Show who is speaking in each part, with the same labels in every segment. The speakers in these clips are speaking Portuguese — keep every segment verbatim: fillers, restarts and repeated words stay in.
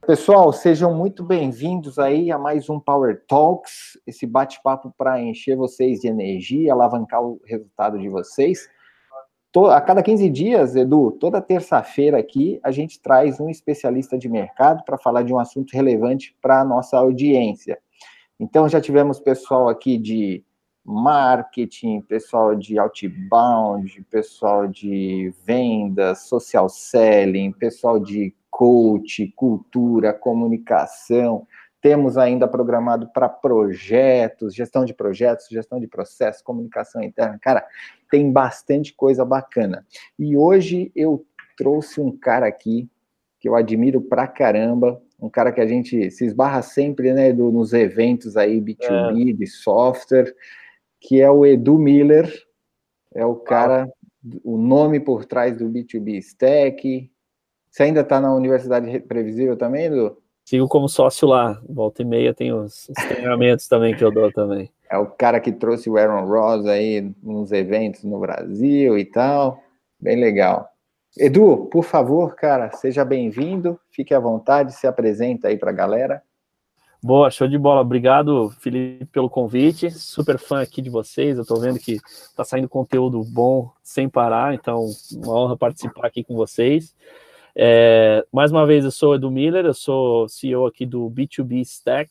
Speaker 1: Pessoal, sejam muito bem-vindos aí a mais um Power Talks, esse bate-papo para encher vocês de energia, alavancar o resultado de vocês. A cada quinze dias, Edu, toda terça-feira aqui, a gente traz um especialista de mercado para falar de um assunto relevante para a nossa audiência. Então, já tivemos pessoal aqui de marketing, pessoal de outbound, pessoal de vendas, social selling, pessoal de coach, cultura, comunicação. Temos ainda programado para projetos, gestão de projetos, gestão de processos, comunicação interna. Cara, tem bastante coisa bacana. E hoje eu trouxe um cara aqui que eu admiro pra caramba, um cara que a gente se esbarra sempre, né, do, nos eventos aí B dois B, é. de software, que é o Edu Miller, é o cara, o nome por trás do B dois B Stack. Você ainda está na Universidade Previsível também, Edu?
Speaker 2: Sigo como sócio lá, volta e meia tem os, os treinamentos também que eu dou também.
Speaker 1: É o cara que trouxe o Aaron Ross aí nos eventos no Brasil e tal, bem legal. Edu, por favor, cara, seja bem-vindo, fique à vontade, se apresenta aí para a galera.
Speaker 2: Boa, show de bola. Obrigado, Felipe, pelo convite. Super fã aqui de vocês. Eu estou vendo que está saindo conteúdo bom sem parar, então uma honra participar aqui com vocês. É, mais uma vez, eu sou Edu Miller, eu sou C E O aqui do B dois B Stack.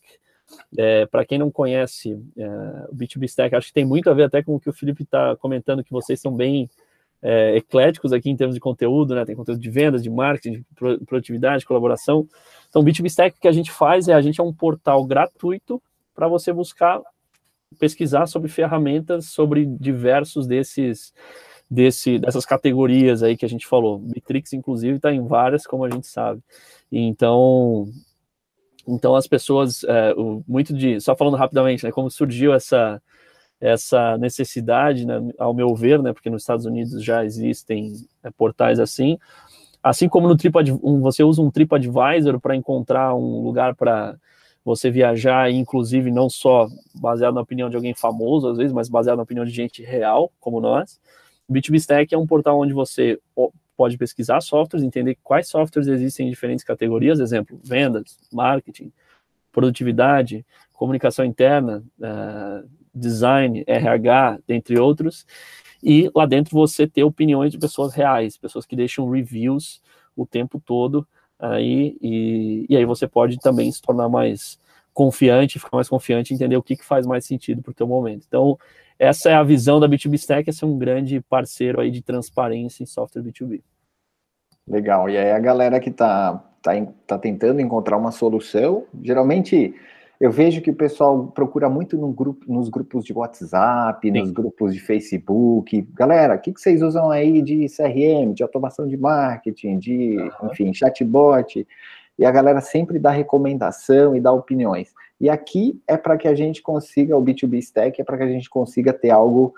Speaker 2: É, para quem não conhece, é, o B dois B Stack, acho que tem muito a ver até com o que o Felipe está comentando, que vocês são bem é, ecléticos aqui em termos de conteúdo, né? Tem conteúdo de vendas, de marketing, de produtividade, colaboração. Então, o B dois B Stack, o que a gente faz é, a gente é um portal gratuito para você buscar, pesquisar sobre ferramentas, sobre diversos desses... Desse, dessas categorias aí que a gente falou. Bitrix, inclusive, está em várias, como a gente sabe. E então, então as pessoas, é, o, muito de, só falando rapidamente, né, como surgiu essa, essa necessidade, né, ao meu ver, né, porque nos Estados Unidos já existem é, portais assim, assim como no TripAdvisor, um, você usa um TripAdvisor para encontrar um lugar para você viajar, e inclusive não só baseado na opinião de alguém famoso, às vezes, mas baseado na opinião de gente real, como nós. O B dois B Stack é um portal onde você pode pesquisar softwares, entender quais softwares existem em diferentes categorias, exemplo, vendas, marketing, produtividade, comunicação interna, uh, design, R H, dentre outros, e lá dentro você ter opiniões de pessoas reais, pessoas que deixam reviews o tempo todo, aí, e, e aí você pode também se tornar mais confiante, ficar mais confiante, entender o que, que faz mais sentido para o teu momento. Então, essa é a visão da B dois B Stack, é ser um grande parceiro aí de transparência em software B dois B.
Speaker 1: Legal, e aí a galera que está tá, tá tentando encontrar uma solução, geralmente eu vejo que o pessoal procura muito no grupo, nos grupos de WhatsApp, Sim. nos grupos de Facebook. Galera, o que, que vocês usam aí de C R M, de automação de marketing, de, uhum. enfim, chatbot? E a galera sempre dá recomendação e dá opiniões. E aqui é para que a gente consiga, o B dois B Stack é para que a gente consiga ter algo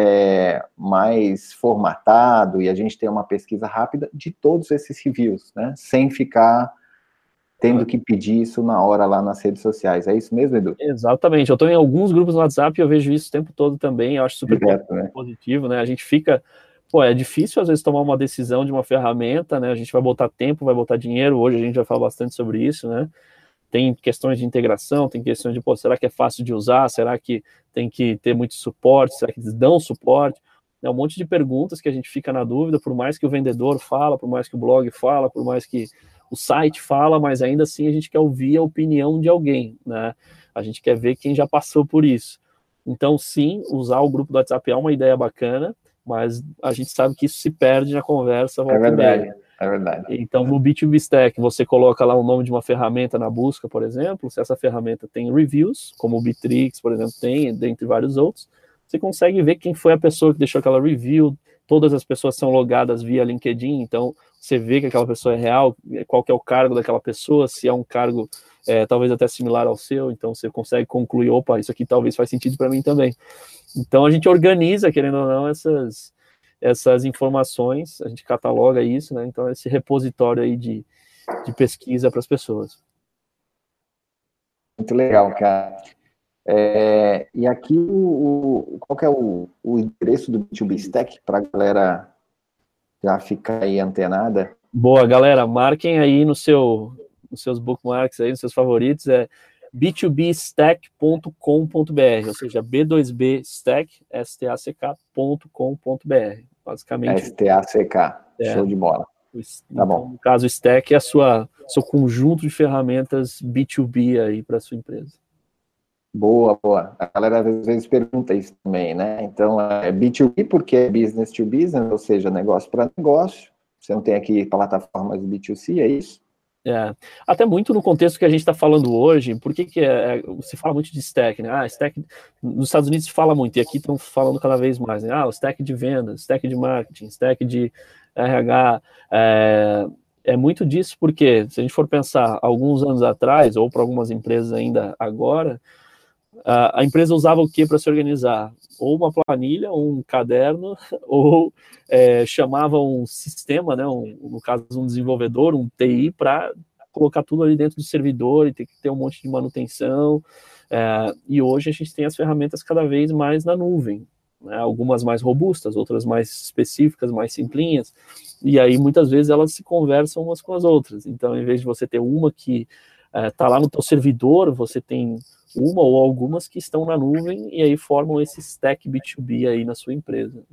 Speaker 1: é, mais formatado e a gente ter uma pesquisa rápida de todos esses reviews, né? Sem ficar tendo que pedir isso na hora lá nas redes sociais. É isso mesmo, Edu?
Speaker 2: Exatamente. Eu estou em alguns grupos no WhatsApp e eu vejo isso o tempo todo também. Eu acho super Direto, né? positivo, né? A gente fica... Pô, é difícil às vezes tomar uma decisão de uma ferramenta, né? A gente vai botar tempo, vai botar dinheiro. Hoje a gente já fala bastante sobre isso, né? Tem questões de integração, tem questões de, pô, será que é fácil de usar? Será que tem que ter muito suporte? Será que eles dão suporte? É um monte de perguntas que a gente fica na dúvida, por mais que o vendedor fala, por mais que o blog fala, por mais que o site fala, mas ainda assim a gente quer ouvir a opinião de alguém, né? A gente quer ver quem já passou por isso. Então, sim, usar o grupo do WhatsApp é uma ideia bacana, mas a gente sabe que isso se perde na conversa.
Speaker 1: É verdade, é verdade.
Speaker 2: Então, no B dois B Stack, você coloca lá o nome de uma ferramenta na busca, por exemplo, se essa ferramenta tem reviews, como o Bitrix, por exemplo, tem, dentre vários outros, você consegue ver quem foi a pessoa que deixou aquela review, todas as pessoas são logadas via LinkedIn, então você vê que aquela pessoa é real, qual que é o cargo daquela pessoa, se é um cargo é, talvez até similar ao seu, então você consegue concluir, opa, isso aqui talvez faz sentido para mim também. Então a gente organiza, querendo ou não, essas, essas informações, a gente cataloga isso, né? Então esse repositório aí de, de pesquisa para as pessoas.
Speaker 1: Muito legal, cara. É, e aqui, o, o, qual que é o, o endereço do B dois B Stack para a galera já ficar aí antenada?
Speaker 2: Boa, galera, marquem aí no seu, nos seus bookmarks aí, nos seus favoritos, é b dois b stack ponto com ponto b r, ou seja, b dois b stack, S T A C K ponto com ponto b r. Basicamente.
Speaker 1: S T A C K,
Speaker 2: é,
Speaker 1: show de bola.
Speaker 2: Então,
Speaker 1: tá bom.
Speaker 2: no caso, o Stack é a sua seu conjunto de ferramentas B dois B aí para sua empresa.
Speaker 1: Boa, boa. A galera às vezes pergunta isso também, né? Então, é B dois B porque é business to business, ou seja, negócio para negócio. Você não tem aqui plataformas B dois C, é isso?
Speaker 2: É, até muito no contexto que a gente está falando hoje, por que que é, é, se fala muito de stack, né? Ah, stack, nos Estados Unidos se fala muito, e aqui estão falando cada vez mais, né? Ah, o stack de vendas, stack de marketing, stack de R H, é, é muito disso porque, se a gente for pensar alguns anos atrás, ou para algumas empresas ainda agora, a, a empresa usava o que para se organizar? Ou uma planilha, ou um caderno, ou é, chamava um sistema, né, um, no caso um desenvolvedor, um T I, para colocar tudo ali dentro do servidor e ter que ter um monte de manutenção. É, e hoje a gente tem as ferramentas cada vez mais na nuvem, né, algumas mais robustas, outras mais específicas, mais simplinhas, e aí muitas vezes elas se conversam umas com as outras. Então, em vez de você ter uma que está é, lá no teu servidor, você tem uma ou algumas que estão na nuvem e aí formam esse stack B dois B aí na sua empresa.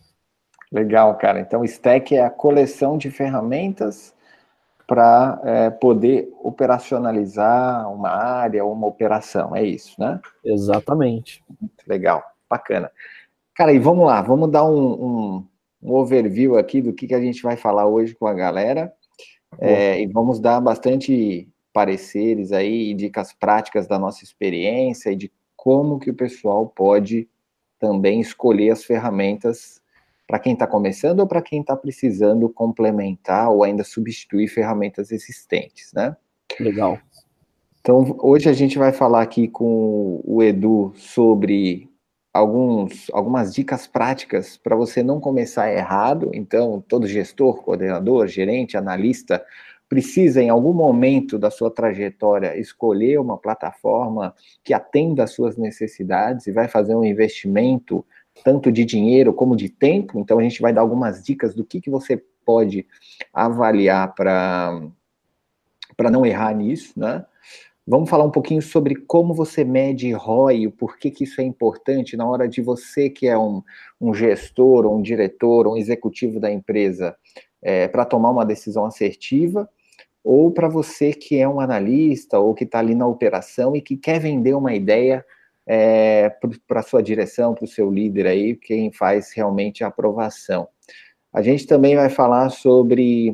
Speaker 1: Legal, cara. Então, stack é a coleção de ferramentas para é, poder operacionalizar uma área ou uma operação, é isso, né?
Speaker 2: Exatamente.
Speaker 1: Muito legal, bacana. Cara, e vamos lá, vamos dar um, um, um overview aqui do que, que a gente vai falar hoje com a galera, é, e vamos dar bastante pareceres aí, dicas práticas da nossa experiência e de como que o pessoal pode também escolher as ferramentas para quem está começando ou para quem está precisando complementar ou ainda substituir ferramentas existentes, né?
Speaker 2: Legal.
Speaker 1: Então, hoje a gente vai falar aqui com o Edu sobre alguns, algumas dicas práticas para você não começar errado. Então, todo gestor, coordenador, gerente, analista precisa, em algum momento da sua trajetória, escolher uma plataforma que atenda às suas necessidades e vai fazer um investimento tanto de dinheiro como de tempo. Então, a gente vai dar algumas dicas do que, que você pode avaliar para para não errar nisso, né? Vamos falar um pouquinho sobre como você mede R O I, o porquê que isso é importante na hora de você que é um, um gestor, ou um diretor, ou um executivo da empresa, é, para tomar uma decisão assertiva, ou para você que é um analista, ou que está ali na operação e que quer vender uma ideia é, para a sua direção, para o seu líder aí, quem faz realmente a aprovação. A gente também vai falar sobre...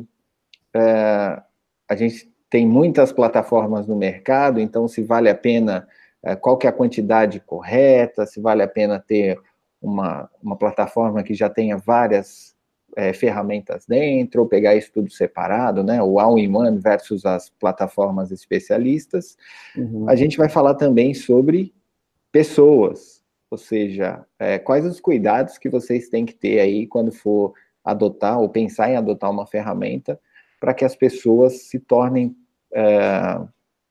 Speaker 1: É, a gente tem muitas plataformas no mercado, então se vale a pena, qual que é a quantidade correta, se vale a pena ter uma, uma plataforma que já tenha várias é, ferramentas dentro, ou pegar isso tudo separado, né, o all-in-one versus as plataformas especialistas. Uhum. A gente vai falar também sobre pessoas, ou seja, é, quais os cuidados que vocês têm que ter aí quando for adotar ou pensar em adotar uma ferramenta, para que as pessoas se tornem é,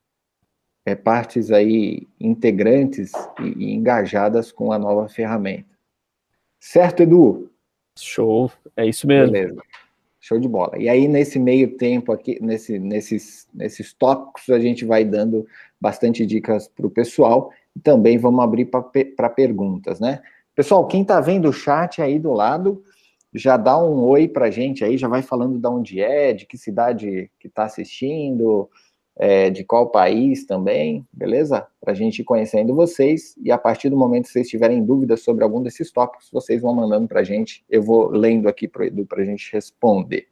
Speaker 1: é, partes aí integrantes e, e engajadas com a nova ferramenta. Certo, Edu?
Speaker 2: Show, é isso mesmo.
Speaker 1: Beleza, show de bola. E aí, nesse meio tempo aqui, nesse, nesses, nesses tópicos, a gente vai dando bastante dicas para o pessoal e também vamos abrir para perguntas, né? Pessoal, quem está vendo o chat aí do lado, já dá um oi pra gente aí, já vai falando de onde é, de que cidade que tá assistindo, é, de qual país também, beleza? Pra gente ir conhecendo vocês, e a partir do momento que vocês tiverem dúvidas sobre algum desses tópicos, vocês vão mandando pra gente, eu vou lendo aqui pro Edu pra gente responder.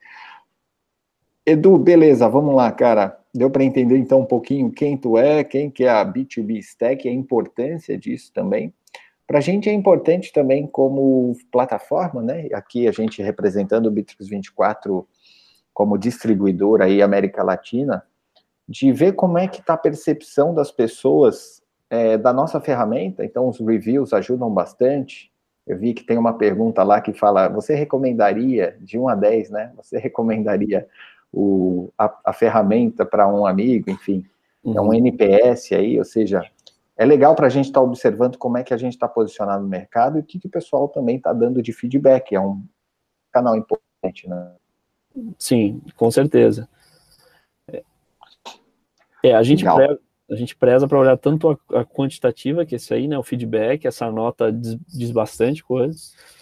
Speaker 1: Edu, beleza, vamos lá, cara. Deu para entender então um pouquinho quem tu é, quem que é a B dois B Stack, a importância disso também. Para a gente é importante também como plataforma, né? Aqui a gente representando o Bitrix vinte e quatro como distribuidor aí América Latina, de ver como é que está a percepção das pessoas é, da nossa ferramenta. Então os reviews ajudam bastante. Eu vi que tem uma pergunta lá que fala, você recomendaria, de um a dez, né? Você recomendaria o, a, a ferramenta para um amigo, enfim. Uhum. É um N P S aí, ou seja... É legal para a gente estar tá observando como é que a gente está posicionado no mercado e o que, que o pessoal também está dando de feedback. É um canal importante, né?
Speaker 2: Sim, com certeza. É, a gente preza, a gente preza para olhar tanto a, a quantitativa, que é isso aí, né, o feedback, essa nota diz, diz bastante coisa,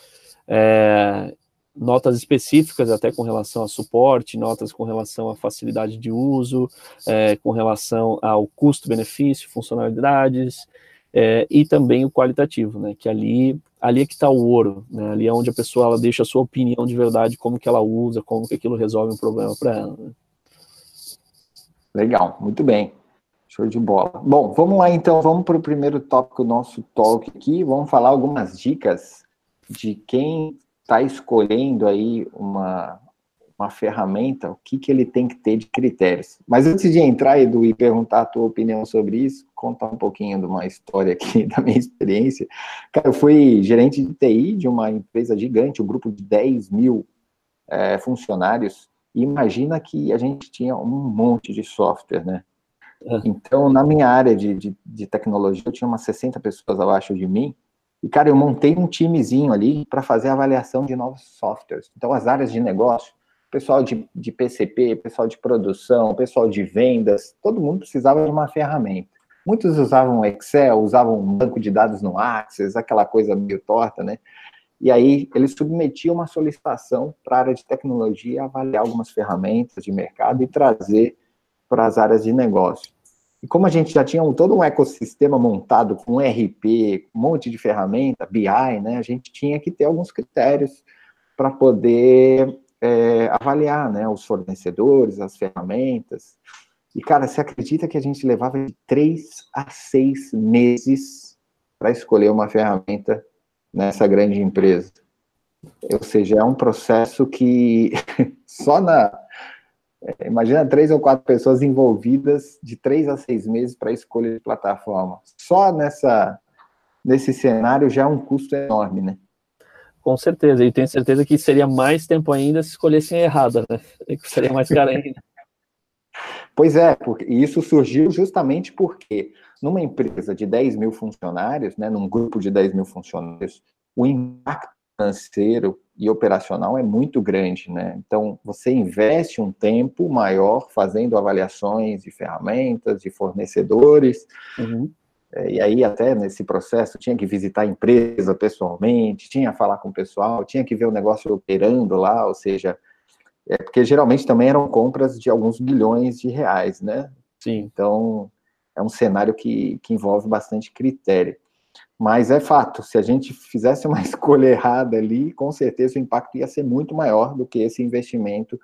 Speaker 2: é, notas específicas até com relação a suporte, notas com relação à facilidade de uso, é, com relação ao custo-benefício, funcionalidades, é, e também o qualitativo, né, que ali, ali é que está o ouro, né, ali é onde a pessoa ela deixa a sua opinião de verdade, como que ela usa, como que aquilo resolve um problema para ela. Né?
Speaker 1: Legal, muito bem. Show de bola. Bom, vamos lá então, vamos para o primeiro tópico do nosso talk aqui, vamos falar algumas dicas de quem está escolhendo aí uma, uma ferramenta, o que, que ele tem que ter de critérios. Mas antes de entrar, Edu, e perguntar a tua opinião sobre isso, contar um pouquinho de uma história aqui da minha experiência. Cara, eu fui gerente de T I de uma empresa gigante, um grupo de dez mil é, funcionários, e imagina que a gente tinha um monte de software, né? Então, na minha área de, de, de tecnologia, eu tinha umas sessenta pessoas abaixo de mim, e, cara, eu montei um timezinho ali para fazer a avaliação de novos softwares. Então, as áreas de negócio, pessoal de, de P C P, pessoal de produção, pessoal de vendas, todo mundo precisava de uma ferramenta. Muitos usavam Excel, usavam um banco de dados no Access, aquela coisa meio torta, né? E aí, eles submetiam uma solicitação para a área de tecnologia avaliar algumas ferramentas de mercado e trazer para as áreas de negócio. E como a gente já tinha um, todo um ecossistema montado com R P, um monte de ferramenta, B I, né, a gente tinha que ter alguns critérios para poder é, avaliar, né, os fornecedores, as ferramentas. E, cara, você acredita que a gente levava de três a seis meses para escolher uma ferramenta nessa grande empresa? Ou seja, é um processo que só na... Imagina três ou quatro pessoas envolvidas de três a seis meses para escolha de plataforma. Só nessa, nesse cenário já é um custo enorme, né?
Speaker 2: Com certeza, e tenho certeza que seria mais tempo ainda se escolhessem errada, né? Seria mais caro ainda.
Speaker 1: Pois é, porque isso surgiu justamente porque numa empresa de dez mil funcionários, né, num grupo de dez mil funcionários, o impacto financeiro e operacional é muito grande, né? Então, você investe um tempo maior fazendo avaliações de ferramentas, de fornecedores, uhum. E aí até nesse processo tinha que visitar a empresa pessoalmente, tinha que falar com o pessoal, tinha que ver o negócio operando lá, ou seja, é porque geralmente também eram compras de alguns bilhões de reais, né?
Speaker 2: Sim.
Speaker 1: Então, é um cenário que, que envolve bastante critério. Mas é fato, se a gente fizesse uma escolha errada ali, com certeza o impacto ia ser muito maior do que esse investimento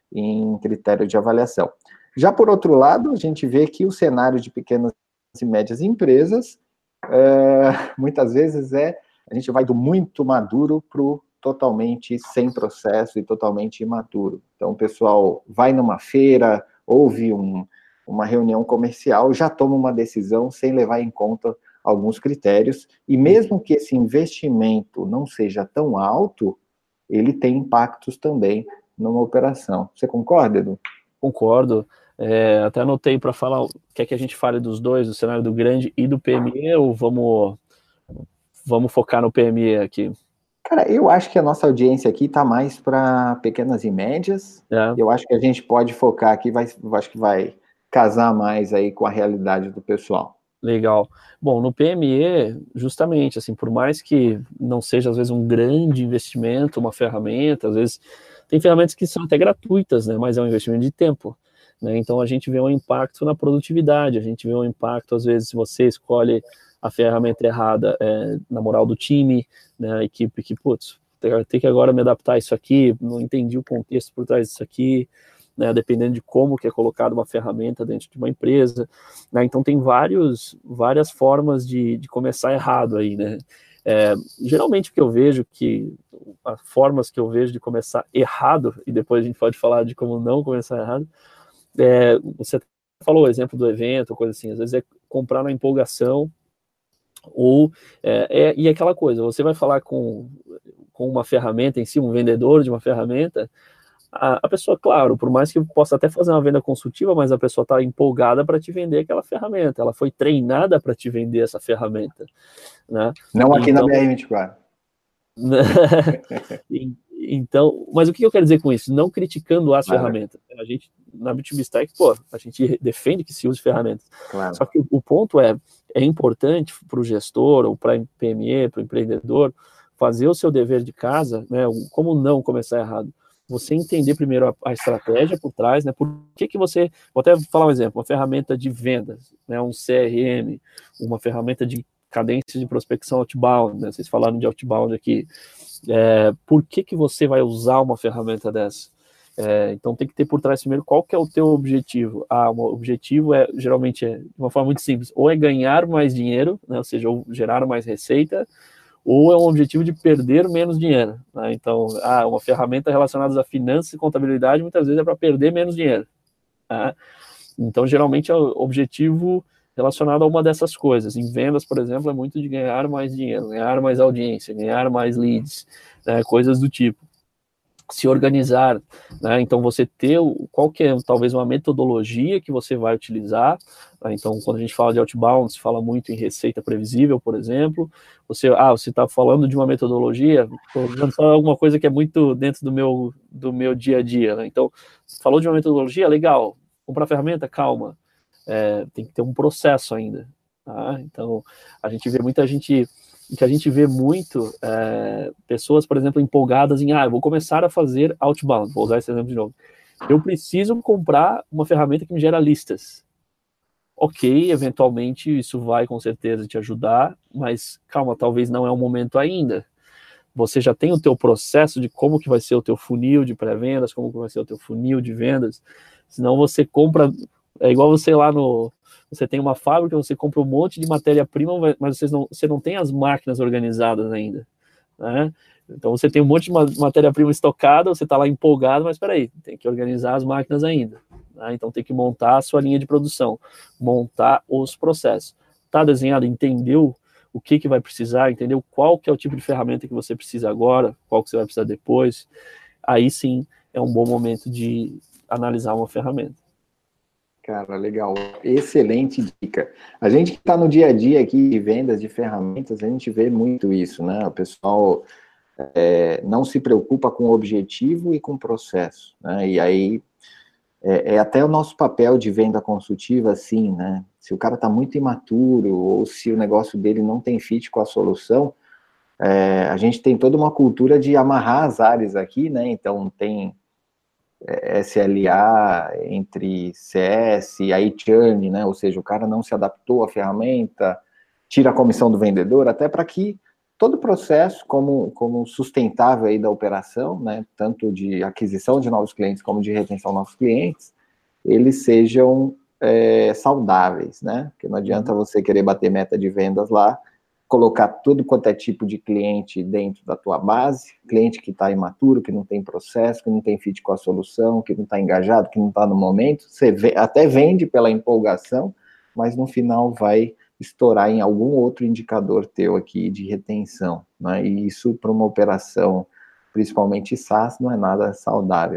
Speaker 1: em critério de avaliação. Já por outro lado, a gente vê que o cenário de pequenas e médias empresas, é, muitas vezes é, a gente vai do muito maduro para o totalmente sem processo e totalmente imaturo. Então o pessoal vai numa feira, ouve um, uma reunião comercial, já toma uma decisão sem levar em conta alguns critérios, e mesmo que esse investimento não seja tão alto, ele tem impactos também numa operação. Você concorda, Edu?
Speaker 2: Concordo. É, até anotei para falar, quer que a gente fale dos dois, do cenário do grande e do P M E, ou vamos, vamos focar no P M E aqui?
Speaker 1: Cara, eu acho que a nossa audiência aqui está mais para pequenas e médias, é. Eu acho que a gente pode focar aqui, vai, acho que vai casar mais aí com a realidade do pessoal.
Speaker 2: Legal. Bom, no P M E, justamente, assim, por mais que não seja, às vezes, um grande investimento, uma ferramenta, às vezes, tem ferramentas que são até gratuitas, né, mas é um investimento de tempo, né, então a gente vê um impacto na produtividade, a gente vê um impacto, às vezes, se você escolhe a ferramenta errada é, na moral do time, né, a equipe que, putz, tem que agora me adaptar a isso aqui, não entendi o contexto por trás disso aqui, né, dependendo de como que é colocada uma ferramenta dentro de uma empresa, né, então tem vários, várias formas de, de começar errado aí, né, é, geralmente o que eu vejo que, as formas que eu vejo de começar errado, e depois a gente pode falar de como não começar errado, é, você falou o exemplo do evento, coisa assim, às vezes é comprar na empolgação, ou, é, é, e aquela coisa, você vai falar com, com uma ferramenta em si, um vendedor de uma ferramenta, A, a pessoa, claro, por mais que possa até fazer uma venda consultiva, mas a pessoa está empolgada para te vender aquela ferramenta, ela foi treinada para te vender essa ferramenta, né?
Speaker 1: Não aqui então, na B R vinte e quatro.
Speaker 2: Então, mas o que eu quero dizer com isso? Não criticando as
Speaker 1: Claro.
Speaker 2: ferramentas. A gente, na B dois B Stack, pô, a gente defende que se use ferramentas.
Speaker 1: Claro.
Speaker 2: Só que o, o ponto é, é importante para o gestor, ou para a P M E, para o empreendedor, fazer o seu dever de casa, né? Como não começar errado? Você entender primeiro a, a estratégia por trás, né? Por que que você... Vou até falar um exemplo, uma ferramenta de vendas, né? Um C R M, uma ferramenta de cadência de prospecção outbound, né? Vocês falaram de outbound aqui. É, por que que você vai usar uma ferramenta dessa? É, então tem que ter por trás primeiro qual que é o teu objetivo. Ah, o objetivo é, geralmente, é, de uma forma muito simples, ou é ganhar mais dinheiro, né? Ou seja, ou gerar mais receita, ou é um objetivo de perder menos dinheiro, né? Então, ah, uma ferramenta relacionada a finanças e contabilidade muitas vezes é para perder menos dinheiro, tá? Então, geralmente é o objetivo relacionado a uma dessas coisas. Em vendas, por exemplo, é muito de ganhar mais dinheiro, ganhar mais audiência, ganhar mais leads, né? Coisas do tipo. Se organizar, né? Então você ter o, qual que é talvez uma metodologia que você vai utilizar, né? Então quando a gente fala de outbound, se fala muito em receita previsível, por exemplo, você, ah, você está falando de uma metodologia, estou usando só alguma coisa que é muito dentro do meu, do meu dia a dia, né? Então, falou de uma metodologia, legal, comprar ferramenta, calma, é, tem que ter um processo ainda, tá? Então a gente vê muita gente... que a gente vê muito é, pessoas, por exemplo, empolgadas em, ah, eu vou começar a fazer outbound, vou usar esse exemplo de novo. Eu preciso comprar uma ferramenta que me gera listas. Ok, eventualmente isso vai com certeza te ajudar, mas calma, talvez não é o momento ainda. Você já tem o teu processo de como que vai ser o teu funil de pré-vendas, como que vai ser o teu funil de vendas, senão você compra, é igual você lá no... Você tem uma fábrica, você compra um monte de matéria-prima, mas vocês não, você não tem as máquinas organizadas ainda, né? Então você tem um monte de matéria-prima estocada, você está lá empolgado, mas espera aí, tem que organizar as máquinas ainda, né? Então tem que montar a sua linha de produção, montar os processos. Está desenhado, entendeu o que, que vai precisar, entendeu qual que é o tipo de ferramenta que você precisa agora, qual que você vai precisar depois, aí sim é um bom momento de analisar uma ferramenta.
Speaker 1: Cara, legal. Excelente dica. A gente que está no dia a dia aqui de vendas de ferramentas, a gente vê muito isso, né? O pessoal é, não se preocupa com o objetivo e com o processo, né? E aí é, é até o nosso papel de venda consultiva, assim, né? Se o cara está muito imaturo ou se o negócio dele não tem fit com a solução, é, a gente tem toda uma cultura de amarrar as áreas aqui, né? Então tem S L A entre C S e aí churn, né? Ou seja, o cara não se adaptou à ferramenta, tira a comissão do vendedor, até para que todo o processo, como, como sustentável aí da operação, né? Tanto de aquisição de novos clientes como de retenção de novos clientes, eles sejam é, saudáveis, né? Porque não adianta você querer bater meta de vendas lá, colocar tudo quanto é tipo de cliente dentro da tua base, cliente que está imaturo, que não tem processo, que não tem fit com a solução, que não está engajado, que não está no momento, você vê, até vende pela empolgação, mas no final vai estourar em algum outro indicador teu aqui de retenção, né? E isso para uma operação, principalmente SaaS, não é nada saudável.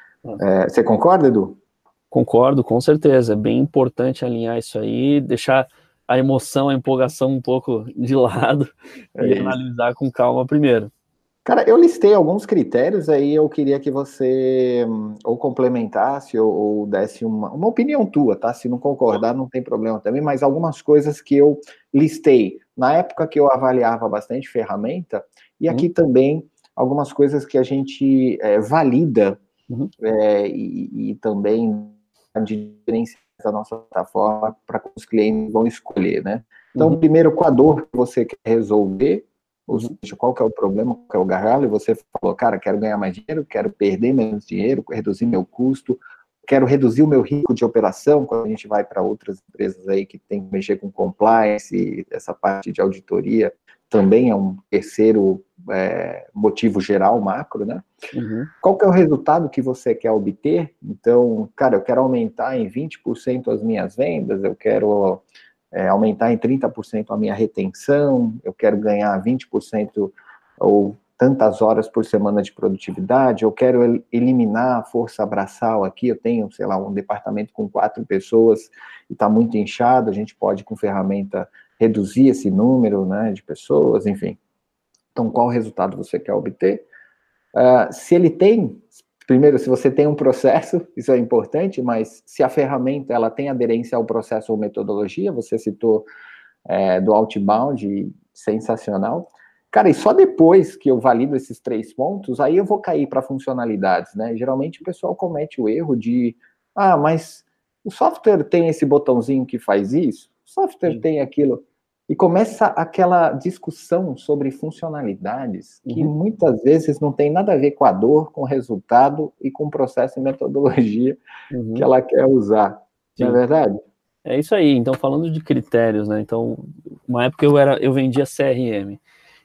Speaker 1: É, você concorda, Edu?
Speaker 2: Concordo, com certeza, é bem importante alinhar isso aí, deixar a emoção, a empolgação um pouco de lado
Speaker 1: é
Speaker 2: e
Speaker 1: isso.
Speaker 2: Analisar com calma primeiro.
Speaker 1: Cara, eu listei alguns critérios aí, eu queria que você hum, ou complementasse ou, ou desse uma, uma opinião tua, tá? Se não concordar, não tem problema também, mas algumas coisas que eu listei na época que eu avaliava bastante ferramenta, e aqui uhum. também algumas coisas que a gente é, valida uhum. é, e, e também de diferença da nossa plataforma para que os clientes vão escolher, né? Então, uhum. primeiro, com a dor que você quer resolver, ou seja, qual que é o problema, qual que é o gargalo, e você falou, cara, quero ganhar mais dinheiro, quero perder menos dinheiro, reduzir meu custo, quero reduzir o meu risco de operação, quando a gente vai para outras empresas aí que tem que mexer com compliance, essa parte de auditoria, também é um terceiro é, motivo geral, macro, né? Uhum. Qual que é o resultado que você quer obter? Então, cara, eu quero aumentar em vinte por cento as minhas vendas, eu quero é, aumentar em trinta por cento a minha retenção, eu quero ganhar vinte por cento ou tantas horas por semana de produtividade, eu quero eliminar a força braçal aqui, eu tenho, sei lá, um departamento com quatro pessoas e está muito inchado, a gente pode, com ferramenta, reduzir esse número, né, de pessoas, enfim. Então, qual resultado você quer obter? Uh, se ele tem, primeiro, se você tem um processo, isso é importante, mas se a ferramenta ela tem aderência ao processo ou metodologia, você citou é, do outbound, sensacional. Cara, e só depois que eu valido esses três pontos, aí eu vou cair para funcionalidades, né? Geralmente o pessoal comete o erro de, ah, mas o software tem esse botãozinho que faz isso, o software Sim. tem aquilo. E começa aquela discussão sobre funcionalidades que uhum. muitas vezes não tem nada a ver com a dor, com o resultado e com o processo e metodologia uhum. que ela quer usar. Sim. Não é verdade?
Speaker 2: É isso aí. Então, falando de critérios, né? Então, uma época eu, era, eu vendia C R M.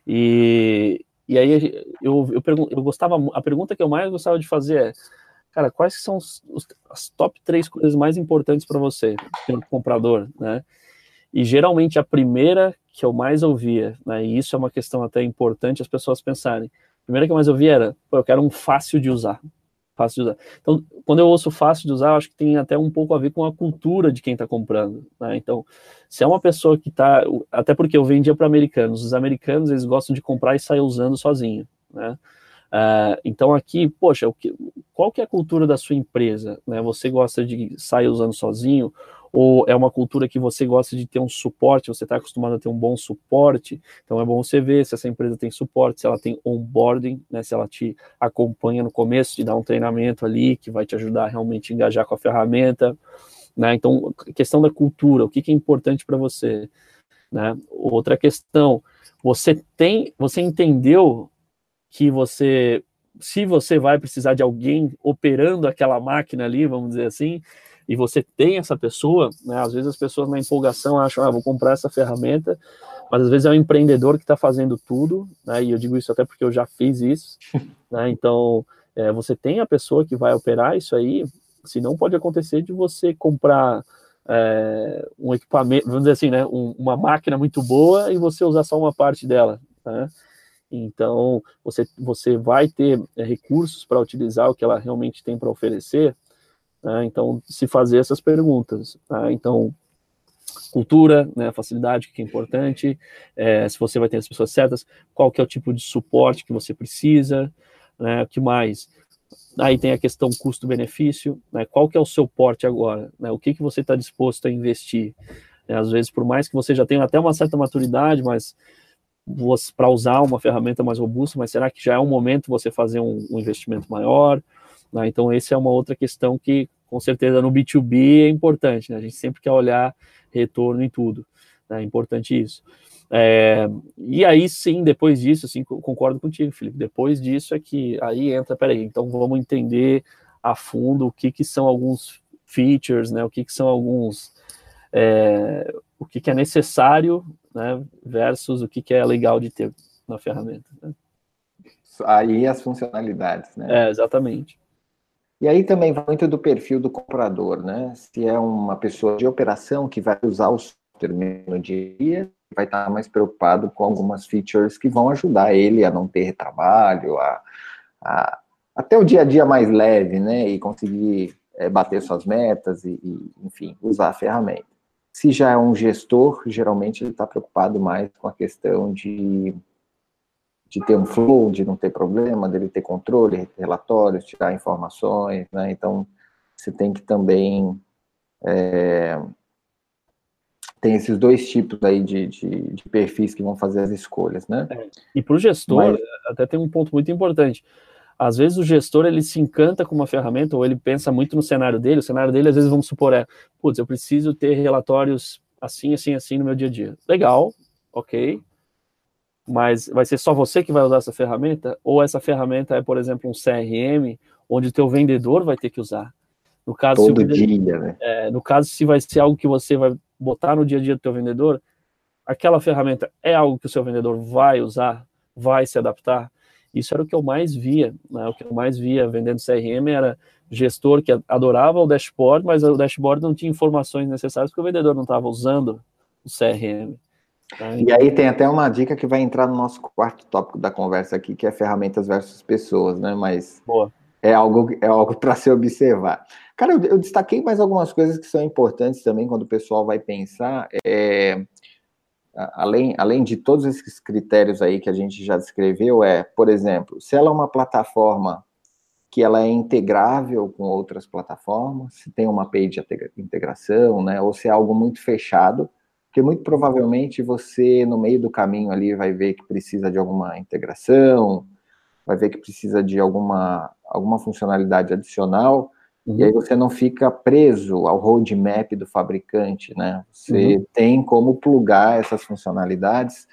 Speaker 2: E, e aí eu, eu, pergun eu gostava, a pergunta que eu mais gostava de fazer é, cara, quais são os, os, as top três coisas mais importantes para você, como comprador, né? E geralmente a primeira que eu mais ouvia, né, e isso é uma questão até importante as pessoas pensarem, a primeira que eu mais ouvia era, pô, eu quero um fácil de usar, fácil de usar. Então, quando eu ouço fácil de usar, eu acho que tem até um pouco a ver com a cultura de quem está comprando, né? Então, se é uma pessoa que está, até porque eu vendia para americanos, os americanos, eles gostam de comprar e sair usando sozinho, né? Uh, então aqui, poxa, o que, qual que é a cultura da sua empresa, né? Você gosta de sair usando sozinho, ou é uma cultura que você gosta de ter um suporte, você está acostumado a ter um bom suporte, então é bom você ver se essa empresa tem suporte, se ela tem onboarding, né, se ela te acompanha no começo, te dá um treinamento ali, que vai te ajudar a realmente engajar com a ferramenta, né? Então, questão da cultura, o que, que é importante para você, né? Outra questão, você tem, você entendeu que você, se você vai precisar de alguém operando aquela máquina ali, vamos dizer assim, e você tem essa pessoa, né, às vezes as pessoas na empolgação acham, ah, vou comprar essa ferramenta, mas às vezes é o empreendedor que está fazendo tudo, né, e eu digo isso até porque eu já fiz isso, né, então é, você tem a pessoa que vai operar isso aí, se não pode acontecer de você comprar é, um equipamento, vamos dizer assim, né, um, uma máquina muito boa e você usar só uma parte dela, né. Então, você, você vai ter é, recursos para utilizar o que ela realmente tem para oferecer, né? Então, se fazer essas perguntas. Tá? Então, cultura, né, facilidade, que é importante, é, se você vai ter as pessoas certas, qual que é o tipo de suporte que você precisa, né, o que mais? Aí tem a questão custo-benefício, né, qual que é o seu porte agora, né, o que, que você está disposto a investir. É, às vezes, por mais que você já tenha até uma certa maturidade, mas para usar uma ferramenta mais robusta, mas será que já é um momento você fazer um, um investimento maior? Né? Então, essa é uma outra questão que, com certeza, no B dois B é importante, né? A gente sempre quer olhar retorno em tudo, né? É importante isso. É, e aí, sim, depois disso, assim, concordo contigo, Felipe, depois disso é que aí entra, peraí, então vamos entender a fundo o que, que são alguns features, né? O que, que são alguns... É, o que, que é necessário, né, versus o que, que é legal de ter na ferramenta. Né?
Speaker 1: Aí as funcionalidades, né?
Speaker 2: É, exatamente.
Speaker 1: E aí também vai muito do perfil do comprador, né? Se é uma pessoa de operação que vai usar o software no dia a dia, vai estar mais preocupado com algumas features que vão ajudar ele a não ter retrabalho, a, a até o dia a dia mais leve, né? E conseguir é, bater suas metas e, e, enfim, usar a ferramenta. Se já é um gestor, geralmente ele está preocupado mais com a questão de, de ter um flow, de não ter problema, dele ter controle, relatórios, tirar informações, né? Então, você tem que também... É, tem esses dois tipos aí de, de, de perfis que vão fazer as escolhas, né?
Speaker 2: É, e para o gestor, Mas... até tem um ponto muito importante. Às vezes o gestor, ele se encanta com uma ferramenta, ou ele pensa muito no cenário dele, o cenário dele, às vezes, vamos supor, é, putz, eu preciso ter relatórios assim, assim, assim no meu dia a dia. Legal, ok, mas vai ser só você que vai usar essa ferramenta? Ou essa ferramenta é, por exemplo, um C R M, onde o teu vendedor vai ter que usar? No caso,
Speaker 1: Todo
Speaker 2: se o vendedor,
Speaker 1: dia, né?
Speaker 2: É, no caso, se vai ser algo que você vai botar no dia a dia do teu vendedor, aquela ferramenta é algo que o seu vendedor vai usar, vai se adaptar? Isso era o que eu mais via, né? O que eu mais via vendendo C R M era gestor que adorava o dashboard, mas o dashboard não tinha informações necessárias porque o vendedor não estava usando o C R M. Tá?
Speaker 1: E aí tem até uma dica que vai entrar no nosso quarto tópico da conversa aqui, que é ferramentas versus pessoas, né? Mas
Speaker 2: Boa.
Speaker 1: é algo, é algo para se observar. Cara, eu, eu destaquei mais algumas coisas que são importantes também quando o pessoal vai pensar. É, além, além de todos esses critérios aí que a gente já descreveu, é, por exemplo, se ela é uma plataforma que ela é integrável com outras plataformas, se tem uma A P I de integração, né, ou se é algo muito fechado, porque muito provavelmente você, no meio do caminho ali, vai ver que precisa de alguma integração, vai ver que precisa de alguma, alguma funcionalidade adicional, uhum. E aí você não fica preso ao roadmap do fabricante, né? Você uhum. tem como plugar essas funcionalidades.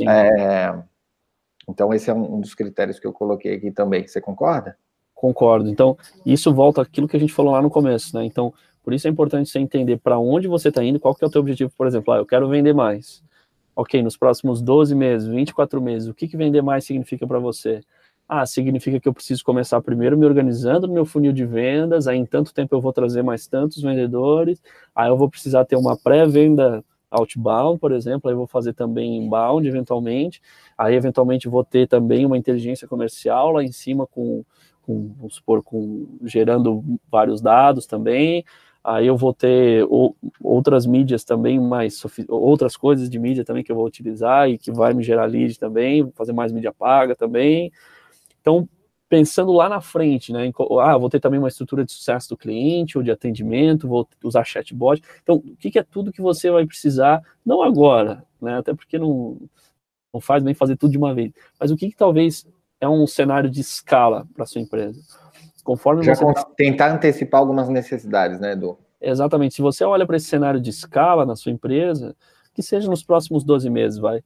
Speaker 1: É, então, esse é um dos critérios que eu coloquei aqui também. Você concorda?
Speaker 2: Concordo. Então, isso volta àquilo que a gente falou lá no começo, né? Então, por isso é importante você entender para onde você está indo, qual que é o teu objetivo. Por exemplo, ah, eu quero vender mais. Ok, nos próximos doze meses, vinte e quatro meses, o que, que vender mais significa para você? Ah, significa que eu preciso começar primeiro me organizando no meu funil de vendas, aí em tanto tempo eu vou trazer mais tantos vendedores, aí eu vou precisar ter uma pré-venda outbound, por exemplo, aí eu vou fazer também inbound, eventualmente, aí eventualmente vou ter também uma inteligência comercial lá em cima com, com vamos supor, com, gerando vários dados também, aí eu vou ter ou, outras mídias também, mais outras coisas de mídia também que eu vou utilizar e que vai me gerar lead também, vou fazer mais mídia paga também. Então, pensando lá na frente, né, em, ah, vou ter também uma estrutura de sucesso do cliente ou de atendimento, vou usar chatbot. Então, o que, que é tudo que você vai precisar, não agora, né, até porque não, não faz bem fazer tudo de uma vez, mas o que, que talvez é um cenário de escala para a sua empresa? Conforme
Speaker 1: Já
Speaker 2: você
Speaker 1: tá... tentar antecipar algumas necessidades, né, Edu?
Speaker 2: Exatamente. Se você olha para esse cenário de escala na sua empresa, que seja nos próximos doze meses, vai,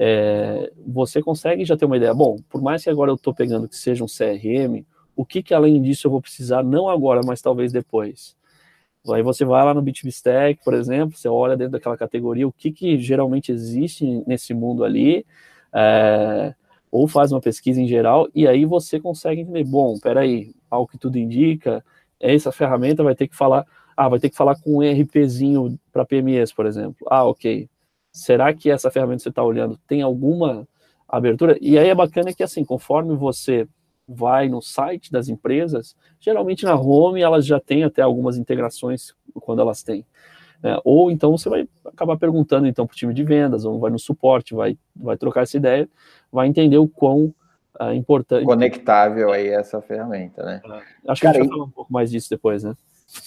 Speaker 2: é, você consegue já ter uma ideia. Bom, por mais que agora eu estou pegando que seja um C R M, o que, que além disso eu vou precisar, não agora, mas talvez depois. Aí você vai lá no B dois B Stack, por exemplo, você olha dentro daquela categoria, o que, que geralmente existe nesse mundo ali, é, ou faz uma pesquisa em geral, e aí você consegue entender, bom, peraí, ao que tudo indica, essa ferramenta vai ter que falar, ah, vai ter que falar com um ERPzinho para P M Es, por exemplo. Ah, ok. Será que essa ferramenta que você está olhando tem alguma abertura? E aí é bacana que, assim, conforme você vai no site das empresas, geralmente na home elas já têm até algumas integrações quando elas têm. É, ou então você vai acabar perguntando então para o time de vendas, ou vai no suporte, vai, vai trocar essa ideia, vai entender o quão uh, importante...
Speaker 1: Conectável aí essa ferramenta, né?
Speaker 2: É, acho Cara, que a gente vai falar um pouco mais disso depois, né?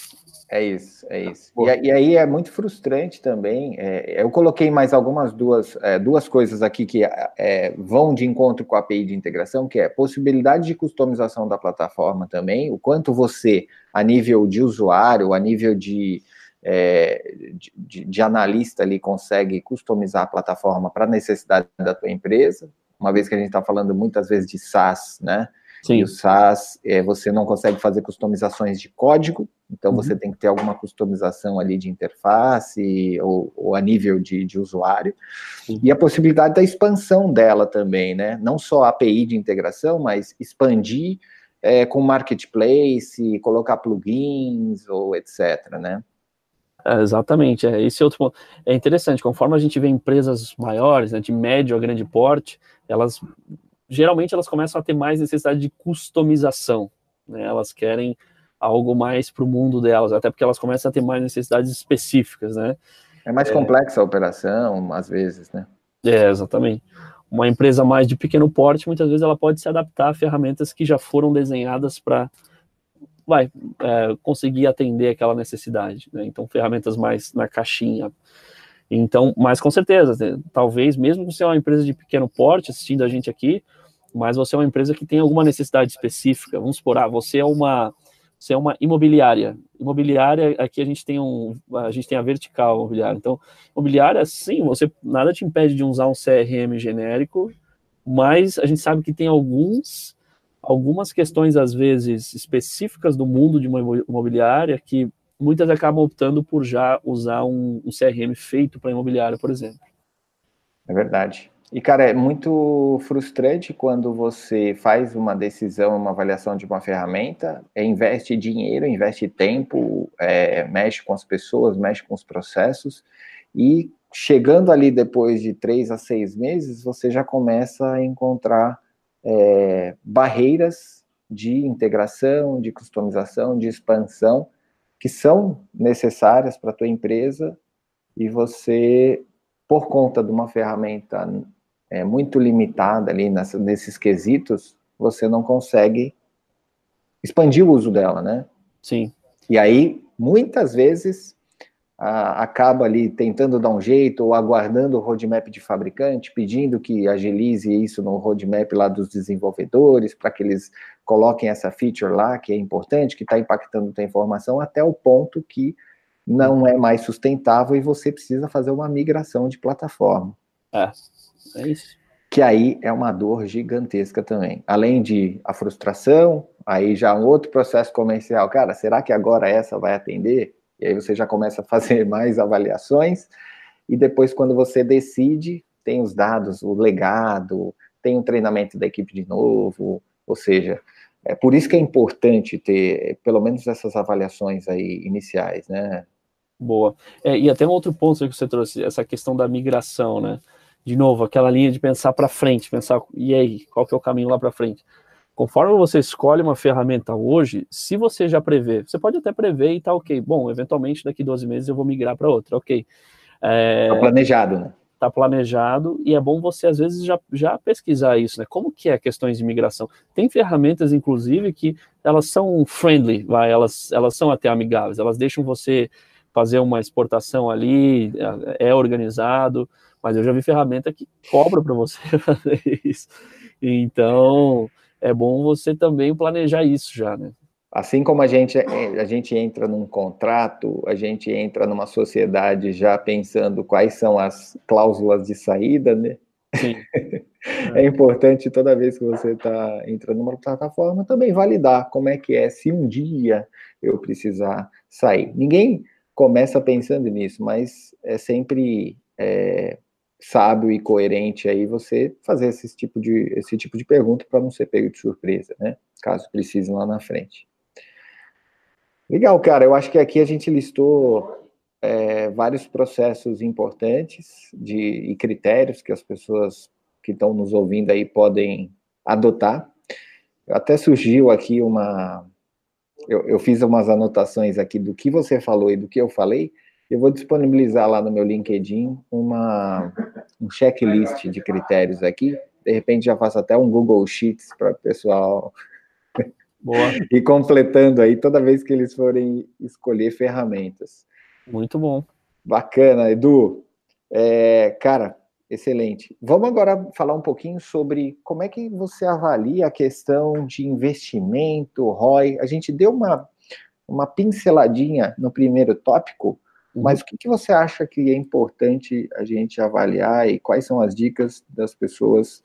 Speaker 1: É isso, é isso. E, e aí é muito frustrante também. É, eu coloquei mais algumas duas, é, duas coisas aqui que é, vão de encontro com a A P I de integração, que é a possibilidade de customização da plataforma também, o quanto você, a nível de usuário, a nível de, é, de, de, de analista ali, consegue customizar a plataforma para a necessidade da tua empresa, uma vez que a gente está falando muitas vezes de SaaS, né? Sim. E o SaaS, é, você não consegue fazer customizações de código, então uhum. você tem que ter alguma customização ali de interface ou, ou a nível de, de usuário. Uhum. E a possibilidade da expansão dela também, né? Não só a A P I de integração, mas expandir é, com marketplace, colocar plugins ou etcétera, né?
Speaker 2: É, exatamente, é, esse outro ponto. É interessante, conforme a gente vê empresas maiores, né, de médio a grande porte, elas... geralmente elas começam a ter mais necessidade de customização, né? Elas querem algo mais para o mundo delas, até porque elas começam a ter mais necessidades específicas, né?
Speaker 1: É mais é... complexa a operação, às vezes, né?
Speaker 2: É, exatamente. Uma empresa mais de pequeno porte, muitas vezes ela pode se adaptar a ferramentas que já foram desenhadas para vai é, conseguir atender aquela necessidade, né? Então, ferramentas mais na caixinha. Então, mas com certeza, talvez, mesmo que você é uma empresa de pequeno porte, assistindo a gente aqui, mas você é uma empresa que tem alguma necessidade específica. Vamos supor, ah, você é uma, você é uma imobiliária. Imobiliária, aqui a gente tem um, a gente tem a vertical imobiliária. Então, imobiliária, sim, você nada te impede de usar um C R M genérico, mas a gente sabe que tem alguns, algumas questões às vezes específicas do mundo de uma imobiliária que muitas acabam optando por já usar um, um C R M feito para imobiliária, por exemplo.
Speaker 1: É verdade. E, cara, é muito frustrante quando você faz uma decisão, uma avaliação de uma ferramenta, é, investe dinheiro, investe tempo, é, mexe com as pessoas, mexe com os processos, e chegando ali depois de três a seis meses, você já começa a encontrar é, barreiras de integração, de customização, de expansão, que são necessárias para a tua empresa, e você por conta de uma ferramenta é, muito limitada ali nessa, nesses quesitos, você não consegue expandir o uso dela, né?
Speaker 2: Sim.
Speaker 1: E aí, muitas vezes, a, acaba ali tentando dar um jeito, ou aguardando o roadmap de fabricante, pedindo que agilize isso no roadmap lá dos desenvolvedores, para que eles coloquem essa feature lá, que é importante, que está impactando a informação, até o ponto que não é mais sustentável e você precisa fazer uma migração de plataforma.
Speaker 2: É, é isso.
Speaker 1: Que aí é uma dor gigantesca também. Além de a frustração, aí já um outro processo comercial. Cara, será que agora essa vai atender? E aí você já começa a fazer mais avaliações, e depois quando você decide, tem os dados, o legado, tem o treinamento da equipe de novo, ou seja, é por isso que é importante ter pelo menos essas avaliações aí iniciais, né?
Speaker 2: Boa. É, e até um outro ponto que você trouxe, essa questão da migração, né? De novo, aquela linha de pensar para frente, pensar, e aí, qual que é o caminho lá para frente? Conforme você escolhe uma ferramenta hoje, se você já prevê, você pode até prever e tá ok, bom, eventualmente daqui doze meses eu vou migrar para outra, ok. É,
Speaker 1: tá planejado, né?
Speaker 2: Tá planejado, e é bom você às vezes já, já pesquisar isso, né? Como que é questões de migração? Tem ferramentas, inclusive, que elas são friendly, vai, elas, elas são até amigáveis, elas deixam você fazer uma exportação ali, é organizado, mas eu já vi ferramenta que cobra para você fazer isso. Então, é bom você também planejar isso já, né?
Speaker 1: Assim como a gente, a gente entra num contrato, a gente entra numa sociedade já pensando quais são as cláusulas de saída, né?
Speaker 2: Sim.
Speaker 1: É importante toda vez que você está entrando numa plataforma também validar como é que é se um dia eu precisar sair. Ninguém começa pensando nisso, mas é sempre é, sábio e coerente aí você fazer esse tipo de, esse tipo de pergunta para não ser pego de surpresa, né? Caso precise lá na frente. Legal, cara. Eu acho que aqui a gente listou é, vários processos importantes de, e critérios que as pessoas que estão nos ouvindo aí podem adotar. Até surgiu aqui uma... Eu, eu fiz umas anotações aqui do que você falou e do que eu falei. Eu vou disponibilizar lá no meu LinkedIn uma, um checklist de critérios aqui. De repente já faço até um Google Sheets para o pessoal...
Speaker 2: Boa.
Speaker 1: E completando aí toda vez que eles forem escolher ferramentas.
Speaker 2: Muito bom.
Speaker 1: Bacana, Edu. É, cara, excelente. Vamos agora falar um pouquinho sobre como é que você avalia a questão de investimento, R O I. A gente deu uma, uma pinceladinha no primeiro tópico, uhum. Mas o que, que você acha que é importante a gente avaliar e quais são as dicas das pessoas...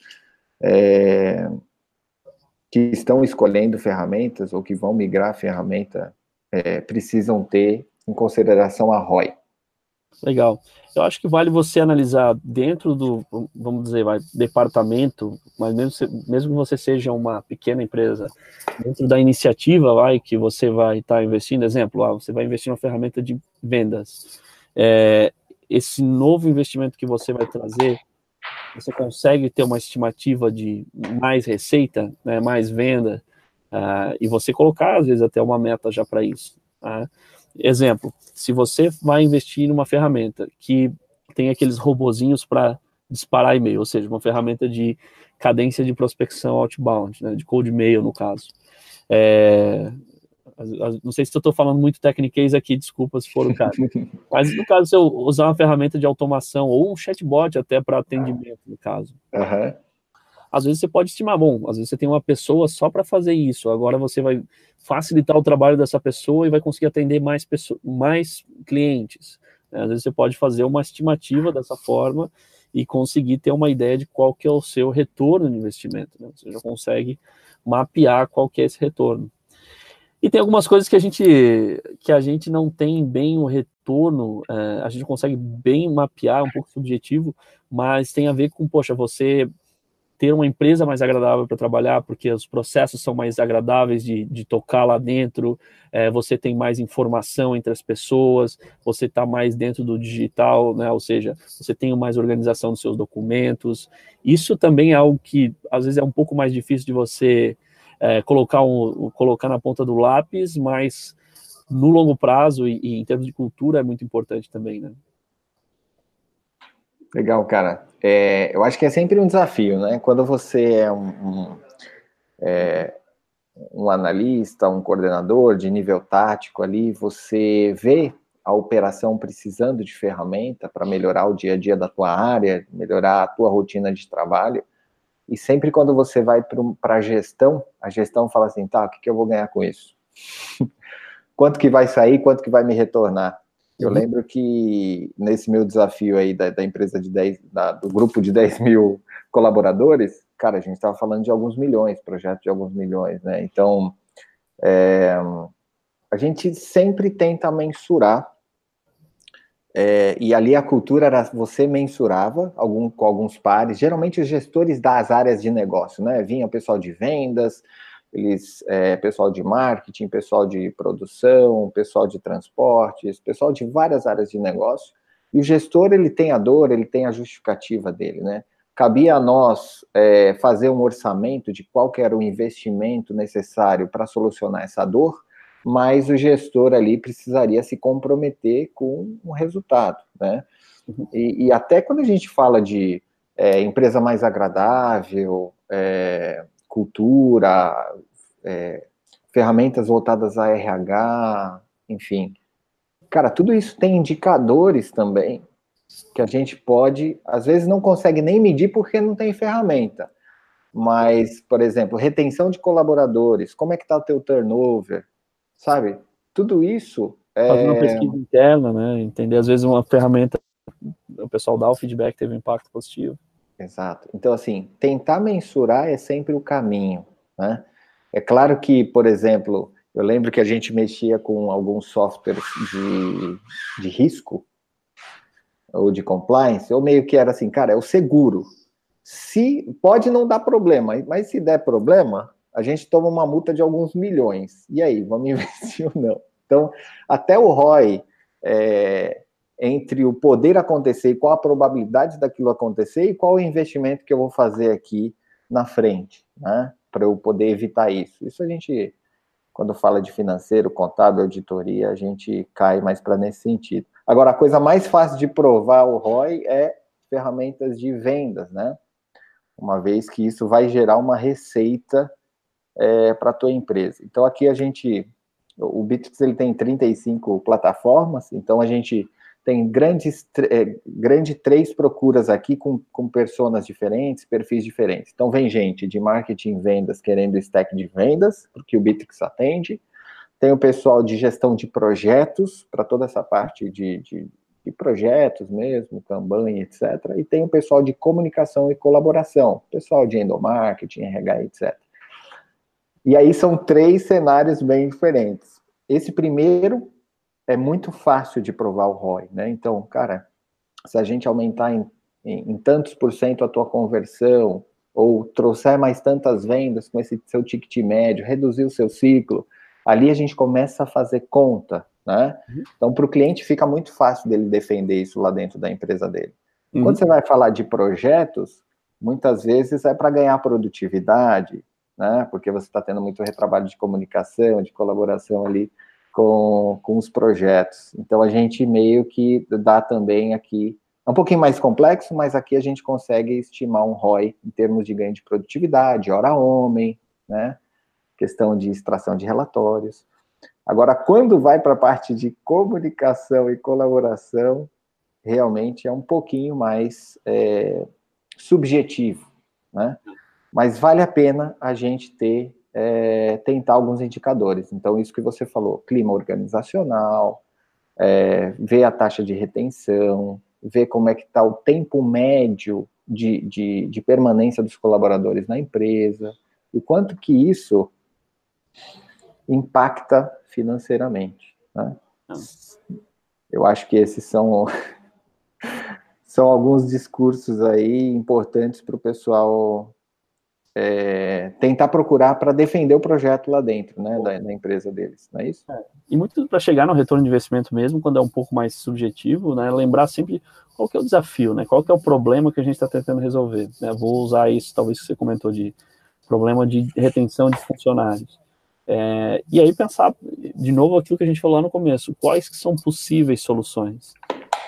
Speaker 1: É, que estão escolhendo ferramentas ou que vão migrar a ferramenta é, precisam ter em consideração a R O I?
Speaker 2: Legal. Eu acho que vale você analisar dentro do, vamos dizer, vai, departamento, mas mesmo, mesmo que você seja uma pequena empresa, dentro da iniciativa vai, que você vai estar tá investindo, exemplo, ah, você vai investir numa ferramenta de vendas. É, esse novo investimento que você vai trazer, você consegue ter uma estimativa de mais receita, né, mais venda, uh, e você colocar, às vezes, até uma meta já para isso. Tá? Exemplo, se você vai investir numa ferramenta que tem aqueles robozinhos para disparar e-mail, ou seja, uma ferramenta de cadência de prospecção outbound, né, de cold mail, no caso. É, não sei se eu estou falando muito tecniquez aqui, desculpa se for o caso. Mas no caso, se eu usar uma ferramenta de automação ou um chatbot até para atendimento, no caso.
Speaker 1: Uhum.
Speaker 2: Às vezes você pode estimar, bom, às vezes você tem uma pessoa só para fazer isso, agora você vai facilitar o trabalho dessa pessoa e vai conseguir atender mais, pessoas, mais clientes. Às vezes você pode fazer uma estimativa dessa forma e conseguir ter uma ideia de qual que é o seu retorno de investimento. Né? Você já consegue mapear qual que é esse retorno. E tem algumas coisas que a gente, que a gente não tem bem o retorno, é, a gente consegue bem mapear, um pouco subjetivo, mas tem a ver com, poxa, você ter uma empresa mais agradável para trabalhar, porque os processos são mais agradáveis de, de tocar lá dentro, é, você tem mais informação entre as pessoas, você está mais dentro do digital, né? Ou seja, você tem mais organização dos seus documentos. Isso também é algo que, às vezes, é um pouco mais difícil de você é, colocar, um, colocar na ponta do lápis, mas no longo prazo e, e em termos de cultura é muito importante também, né?
Speaker 1: Legal, cara. É, eu acho que é sempre um desafio, né? Quando você é um, um, é, um analista, um coordenador de nível tático ali, você vê a operação precisando de ferramenta para melhorar o dia a dia da tua área, melhorar a tua rotina de trabalho, e sempre quando você vai para a gestão, a gestão fala assim, tá, o que, que eu vou ganhar com isso? Quanto que vai sair, quanto que vai me retornar? Eu uhum. lembro que nesse meu desafio aí da, da empresa de dez, da, do grupo de dez mil colaboradores, cara, a gente estava falando de alguns milhões, projeto de alguns milhões, né? Então, é, a gente sempre tenta mensurar, é, e ali a cultura era, você mensurava algum, com alguns pares, geralmente os gestores das áreas de negócio, né? Vinha o pessoal de vendas, eles, é, pessoal de marketing, pessoal de produção, pessoal de transportes, pessoal de várias áreas de negócio, e o gestor, ele tem a dor, ele tem a justificativa dele, né? Cabia a nós é, fazer um orçamento de qual que era o investimento necessário para solucionar essa dor, mas o gestor ali precisaria se comprometer com um resultado, né? E, e até quando a gente fala de é, empresa mais agradável, é, cultura, é, ferramentas voltadas a R H, enfim. Cara, tudo isso tem indicadores também que a gente pode, às vezes não consegue nem medir porque não tem ferramenta. Mas, por exemplo, retenção de colaboradores, como é que está o teu turnover, sabe? Tudo isso...
Speaker 2: Fazer uma pesquisa interna, né? Entender, às vezes, uma ferramenta, o pessoal dá o feedback, teve um impacto positivo.
Speaker 1: Exato. Então, assim, tentar mensurar é sempre o caminho, né? É claro que, por exemplo, eu lembro que a gente mexia com alguns softwares de, de risco, ou de compliance, ou meio que era assim, cara, é o seguro. Se, pode não dar problema, mas se der problema, a gente toma uma multa de alguns milhões. E aí, vamos investir ou não? Então, até o R O I, é, entre o poder acontecer e qual a probabilidade daquilo acontecer e qual o investimento que eu vou fazer aqui na frente, né? Para eu poder evitar isso. Isso a gente, quando fala de financeiro, contábil, auditoria, a gente cai mais para nesse sentido. Agora, a coisa mais fácil de provar o R O I é ferramentas de vendas, né? Uma vez que isso vai gerar uma receita é, para a tua empresa. Então, aqui a gente, o Bitrix, ele tem trinta e cinco plataformas, então a gente tem grandes, é, grande três procuras aqui com, com personas diferentes, perfis diferentes. Então, vem gente de marketing e vendas querendo stack de vendas, porque o Bitrix atende. Tem o pessoal de gestão de projetos, para toda essa parte de, de, de projetos mesmo, Kanban, etcétera. E tem o pessoal de comunicação e colaboração, pessoal de endomarketing, R H, etcétera. E aí são três cenários bem diferentes. Esse primeiro é muito fácil de provar o R O I, né? Então, cara, se a gente aumentar em, em, em tantos por cento a tua conversão, ou trouxer mais tantas vendas com esse seu ticket médio, reduzir o seu ciclo, ali a gente começa a fazer conta, né? Uhum. Então, para o cliente fica muito fácil dele defender isso lá dentro da empresa dele. Uhum. Quando você vai falar de projetos, muitas vezes é para ganhar produtividade, né? Porque você está tendo muito retrabalho de comunicação, de colaboração ali com, com os projetos. Então, a gente meio que dá também aqui, é um pouquinho mais complexo, mas aqui a gente consegue estimar um R O I em termos de ganho de produtividade, hora homem, né? Questão de extração de relatórios. Agora, quando vai para a parte de comunicação e colaboração, realmente é um pouquinho mais é, subjetivo, né? Mas vale a pena a gente ter, é, tentar alguns indicadores. Então, isso que você falou, clima organizacional, é, ver a taxa de retenção, ver como é que está o tempo médio de, de, de permanência dos colaboradores na empresa, e quanto que isso impacta financeiramente, né? Eu acho que esses são, são alguns discursos aí importantes para o pessoal é, tentar procurar para defender o projeto lá dentro, né, da, da empresa deles, não é isso?
Speaker 2: É, e muito para chegar no retorno de investimento mesmo, quando é um pouco mais subjetivo, né, lembrar sempre qual que é o desafio, né, qual que é o problema que a gente está tentando resolver, né? Vou usar isso, talvez que você comentou, de problema de retenção de funcionários. É, e aí pensar, de novo, aquilo que a gente falou lá no começo, quais que são possíveis soluções.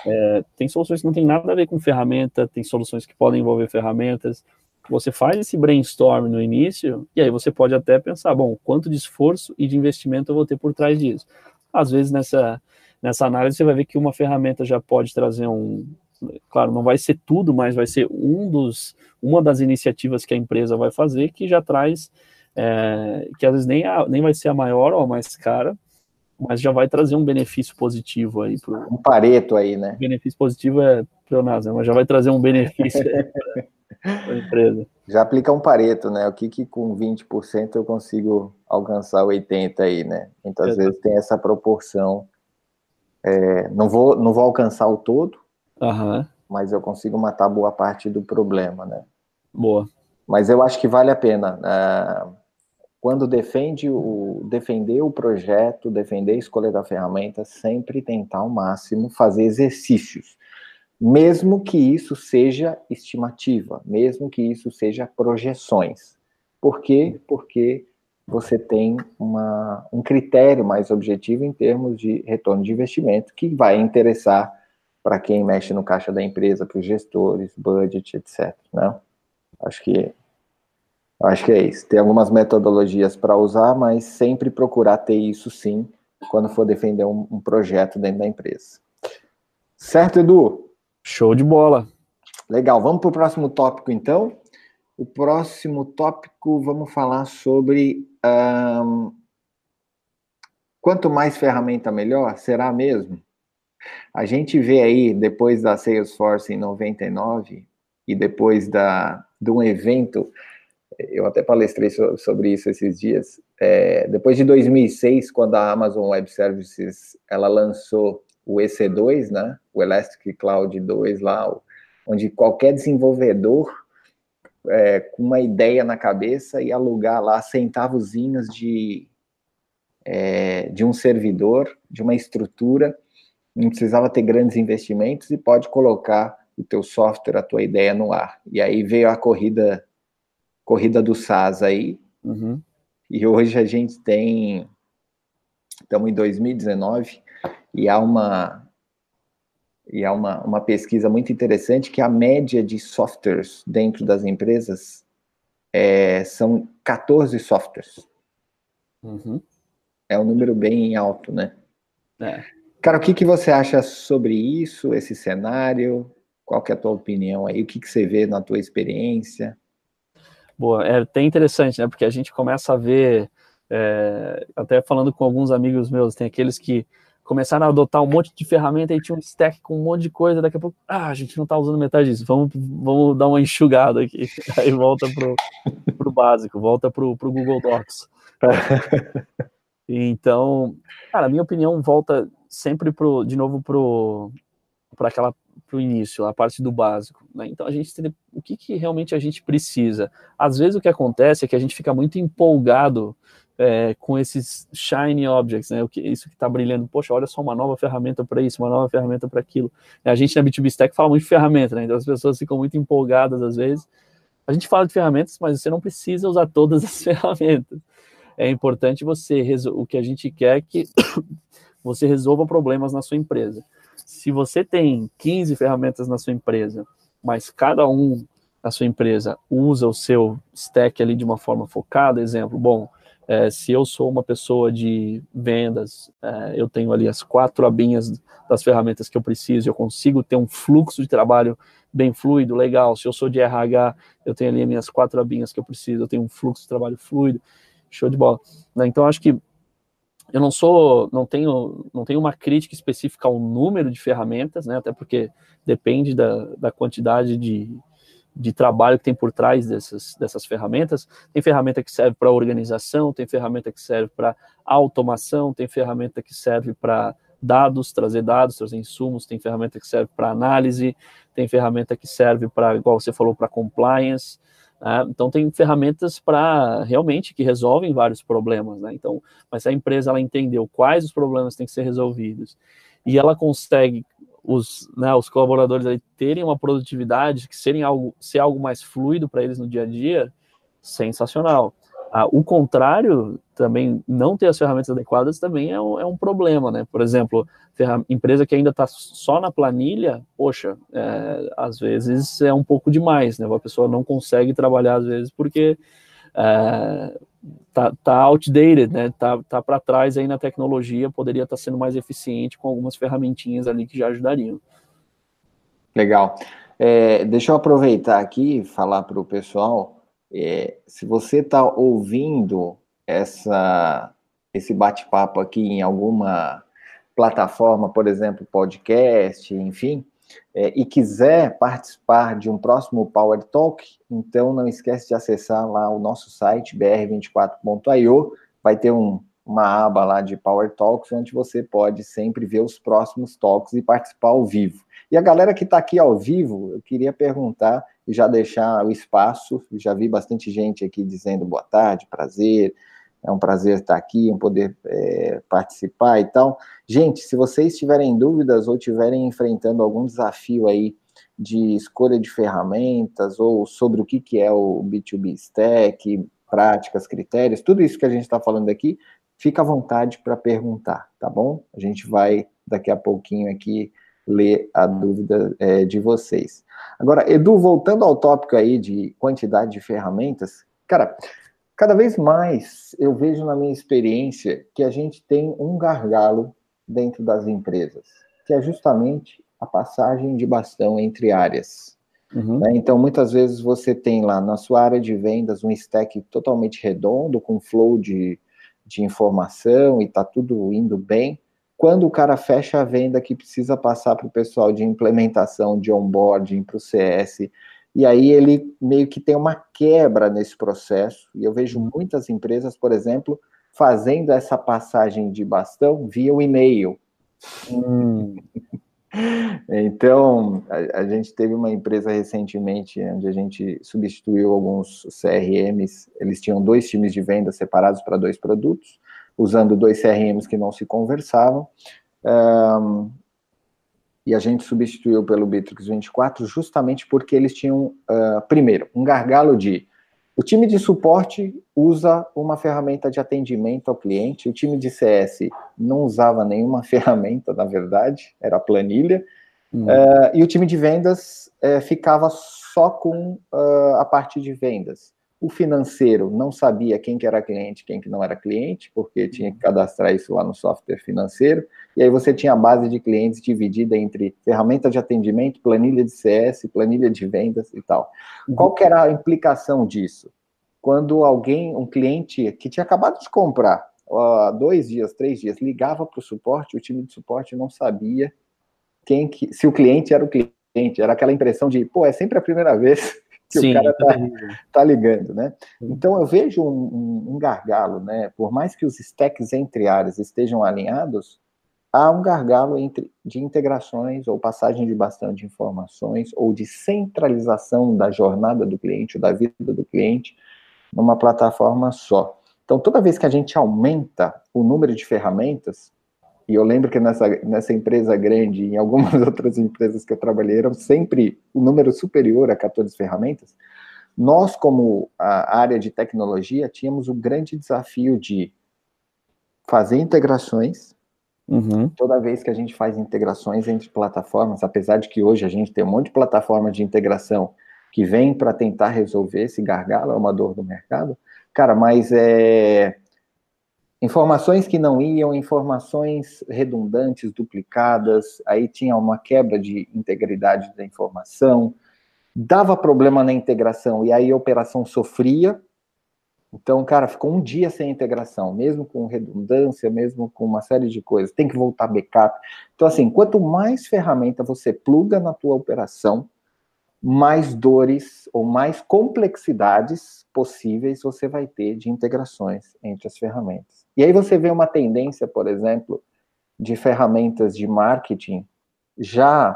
Speaker 2: É, tem soluções que não tem nada a ver com ferramenta, tem soluções que podem envolver ferramentas. Você faz esse brainstorm no início, e aí você pode até pensar, bom, quanto de esforço e de investimento eu vou ter por trás disso. Às vezes, nessa, nessa análise, você vai ver que uma ferramenta já pode trazer um... Claro, não vai ser tudo, mas vai ser um dos, uma das iniciativas que a empresa vai fazer que já traz, é, que às vezes nem, a, nem vai ser a maior ou a mais cara, mas já vai trazer um benefício positivo aí. Pro,
Speaker 1: um Pareto aí, né?
Speaker 2: Benefício positivo é pleonasmo, mas já vai trazer um benefício para a empresa.
Speaker 1: Já aplica um Pareto, né? O que, que com vinte por cento eu consigo alcançar oitenta por cento aí, né? Muitas Exato. vezes tem essa proporção. É, não, vou, não vou alcançar o todo, uhum. mas eu consigo matar boa parte do problema, né?
Speaker 2: Boa.
Speaker 1: Mas eu acho que vale a pena. Uh, quando defende o, defender o projeto, defender a escolha da ferramenta, sempre tentar ao máximo fazer exercícios. Mesmo que isso seja estimativa, mesmo que isso seja projeções. Por quê? Porque você tem uma, um critério mais objetivo em termos de retorno de investimento que vai interessar para quem mexe no caixa da empresa, para os gestores, budget, etcétera. Né? Acho que, acho que é isso. Tem algumas metodologias para usar, mas sempre procurar ter isso sim, quando for defender um, um projeto dentro da empresa. Certo, Edu?
Speaker 2: Show de bola.
Speaker 1: Legal, vamos para o próximo tópico, então. O próximo tópico, vamos falar sobre um, quanto mais ferramenta, melhor? Será mesmo? A gente vê aí, depois da Salesforce em noventa e nove, e depois da, de um evento, eu até palestrei sobre isso esses dias, é, depois de dois mil e seis, quando a Amazon Web Services, ela lançou o E C dois, né, o Elastic Cloud dois lá, onde qualquer desenvolvedor é, com uma ideia na cabeça ia alugar lá centavozinhos de, é, de um servidor, de uma estrutura, não precisava ter grandes investimentos e pode colocar o teu software, a tua ideia no ar. E aí veio a corrida, corrida do SaaS aí, uhum. E hoje a gente tem, estamos em dois mil e dezenove, e há uma, e há uma, uma pesquisa muito interessante que a média de softwares dentro das empresas é, são quatorze softwares. Uhum. É um número bem alto, né? É. Cara, o que, que você acha sobre isso, esse cenário? Qual que é a tua opinião aí? O que, que você vê na tua experiência?
Speaker 2: Boa, é até interessante, né? Porque a gente começa a ver, é, até falando com alguns amigos meus, tem aqueles que começaram a adotar um monte de ferramenta e tinha um stack com um monte de coisa, daqui a pouco, ah, a gente não tá usando metade disso, vamos, vamos dar uma enxugada aqui. Aí volta pro, pro básico, volta pro, pro Google Docs. Então, cara, a minha opinião volta sempre pro, de novo pro, para aquela pro início, a parte do básico, né? Então a gente tem o que, que realmente a gente precisa. Às vezes o que acontece é que a gente fica muito empolgado é, com esses shiny objects, né? O que, isso que está brilhando, poxa, olha só uma nova ferramenta para isso, uma nova ferramenta para aquilo. A gente na B dois B Stack fala muito de ferramenta, né? Então as pessoas ficam muito empolgadas às vezes. A gente fala de ferramentas, mas você não precisa usar todas as ferramentas. É importante você, o que a gente quer é que você resolva problemas na sua empresa. Se você tem quinze ferramentas na sua empresa, mas cada um na sua empresa usa o seu stack ali de uma forma focada, exemplo, bom, é, se eu sou uma pessoa de vendas, é, eu tenho ali as quatro abinhas das ferramentas que eu preciso, eu consigo ter um fluxo de trabalho bem fluido, legal. Se eu sou de R H, eu tenho ali as minhas quatro abinhas que eu preciso, eu tenho um fluxo de trabalho fluido, show de bola. Então, acho que eu não sou, não tenho, não tenho uma crítica específica ao número de ferramentas, né? Até porque depende da, da quantidade de, de trabalho que tem por trás dessas, dessas ferramentas. Tem ferramenta que serve para organização, tem ferramenta que serve para automação, tem ferramenta que serve para dados, trazer dados, trazer insumos, tem ferramenta que serve para análise, tem ferramenta que serve para, igual você falou, para compliance. Né? Então tem ferramentas para realmente que resolvem vários problemas, né? Então, mas se a empresa ela entendeu quais os problemas têm que ser resolvidos e ela consegue os, né, os colaboradores ali terem uma produtividade, que serem algo, ser algo mais fluido para eles no dia a dia, sensacional. Ah, o contrário, também, não ter as ferramentas adequadas também é um, é um problema, né? Por exemplo, empresa que ainda está só na planilha, poxa, é, às vezes é um pouco demais, né? A pessoa não consegue trabalhar, às vezes, porque é, tá, tá outdated, né? Tá, tá para trás aí na tecnologia, poderia estar sendo mais eficiente com algumas ferramentinhas ali que já ajudariam.
Speaker 1: Legal. É, deixa eu aproveitar aqui e falar para o pessoal, é, se você está ouvindo essa, esse bate-papo aqui em alguma plataforma, por exemplo, podcast, enfim, é, e quiser participar de um próximo Power Talk, então não esquece de acessar lá o nosso site, b r vinte e quatro ponto i o, vai ter um, uma aba lá de Power Talks, onde você pode sempre ver os próximos talks e participar ao vivo. E a galera que está aqui ao vivo, eu queria perguntar e já deixar o espaço, já vi bastante gente aqui dizendo boa tarde, prazer, é um prazer estar aqui, um poder é, participar e tal. Gente, se vocês tiverem dúvidas ou estiverem enfrentando algum desafio aí de escolha de ferramentas ou sobre o que, que é o B dois B Stack, práticas, critérios, tudo isso que a gente está falando aqui, fica à vontade para perguntar, tá bom? A gente vai daqui a pouquinho aqui ler a dúvida é, de vocês. Agora, Edu, voltando ao tópico aí de quantidade de ferramentas, cara, cada vez mais eu vejo na minha experiência que a gente tem um gargalo dentro das empresas, que é justamente a passagem de bastão entre áreas. Uhum. Né? Então, muitas vezes você tem lá na sua área de vendas um stack totalmente redondo, com flow de, de informação e está tudo indo bem. Quando o cara fecha a venda que precisa passar para o pessoal de implementação, de onboarding, para o C S, e aí ele meio que tem uma quebra nesse processo, e eu vejo muitas empresas, por exemplo, fazendo essa passagem de bastão via o e-mail. Hum. Então, a, a gente teve uma empresa recentemente, onde a gente substituiu alguns C R Ms, eles tinham dois times de venda separados para dois produtos, usando dois C R Ms que não se conversavam, um, e a gente substituiu pelo Bitrix vinte e quatro justamente porque eles tinham, uh, primeiro, um gargalo de o time de suporte usa uma ferramenta de atendimento ao cliente, o time de C S não usava nenhuma ferramenta, na verdade, era a planilha, hum. uh, e o time de vendas uh, ficava só com uh, a parte de vendas. O financeiro não sabia quem que era cliente, quem que não era cliente, porque tinha que cadastrar isso lá no software financeiro, e aí você tinha a base de clientes dividida entre ferramenta de atendimento, planilha de C S, planilha de vendas e tal. Uhum. Qual que era a implicação disso? Quando alguém, um cliente que tinha acabado de comprar, há dois dias, três dias, ligava para o suporte, o time de suporte não sabia quem que, se o cliente era o cliente, era aquela impressão de, pô, é sempre a primeira vez que Sim, o cara tá, tá ligando, né? Então, eu vejo um, um, um gargalo, né? Por mais que os stacks entre áreas estejam alinhados, há um gargalo entre, de integrações ou passagem de bastão de informações ou de centralização da jornada do cliente ou da vida do cliente numa plataforma só. Então, toda vez que a gente aumenta o número de ferramentas, e eu lembro que nessa, nessa empresa grande, em algumas outras empresas que eu trabalhei, eram sempre o número superior a quatorze ferramentas, nós, como a área de tecnologia, tínhamos o grande desafio de fazer integrações. Uhum. Toda vez que a gente faz integrações entre plataformas, apesar de que hoje a gente tem um monte de plataforma de integração que vem para tentar resolver esse gargalo, é uma dor do mercado, cara, mas é... informações que não iam, informações redundantes, duplicadas, aí tinha uma quebra de integridade da informação, dava problema na integração, e aí a operação sofria. Então, cara, ficou um dia sem integração, mesmo com redundância, mesmo com uma série de coisas, tem que voltar backup. Então, assim, quanto mais ferramenta você pluga na tua operação, mais dores ou mais complexidades possíveis você vai ter de integrações entre as ferramentas. E aí você vê uma tendência, por exemplo, de ferramentas de marketing já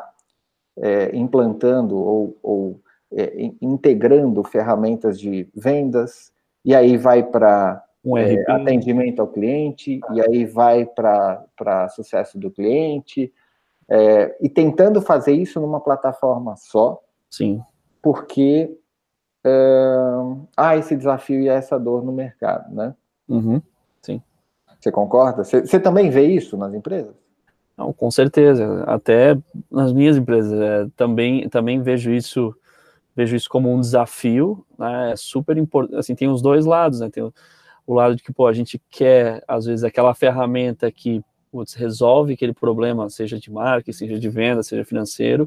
Speaker 1: é, implantando ou, ou é, integrando ferramentas de vendas, e aí vai para um é, atendimento ao cliente, e aí vai para sucesso do cliente, é, e tentando fazer isso numa plataforma só.
Speaker 2: Sim.
Speaker 1: Porque uh, há esse desafio e essa dor no mercado, né?
Speaker 2: Uhum, sim.
Speaker 1: Você concorda? Você, você também vê isso nas empresas?
Speaker 2: Não, com certeza. Até nas minhas empresas, é, também, também vejo isso, vejo isso como um desafio, né? É super importante. Assim, tem os dois lados, né? Tem o, o lado de que, pô, a gente quer, às vezes, aquela ferramenta que, putz, resolve aquele problema, seja de marketing, seja de venda, seja financeiro,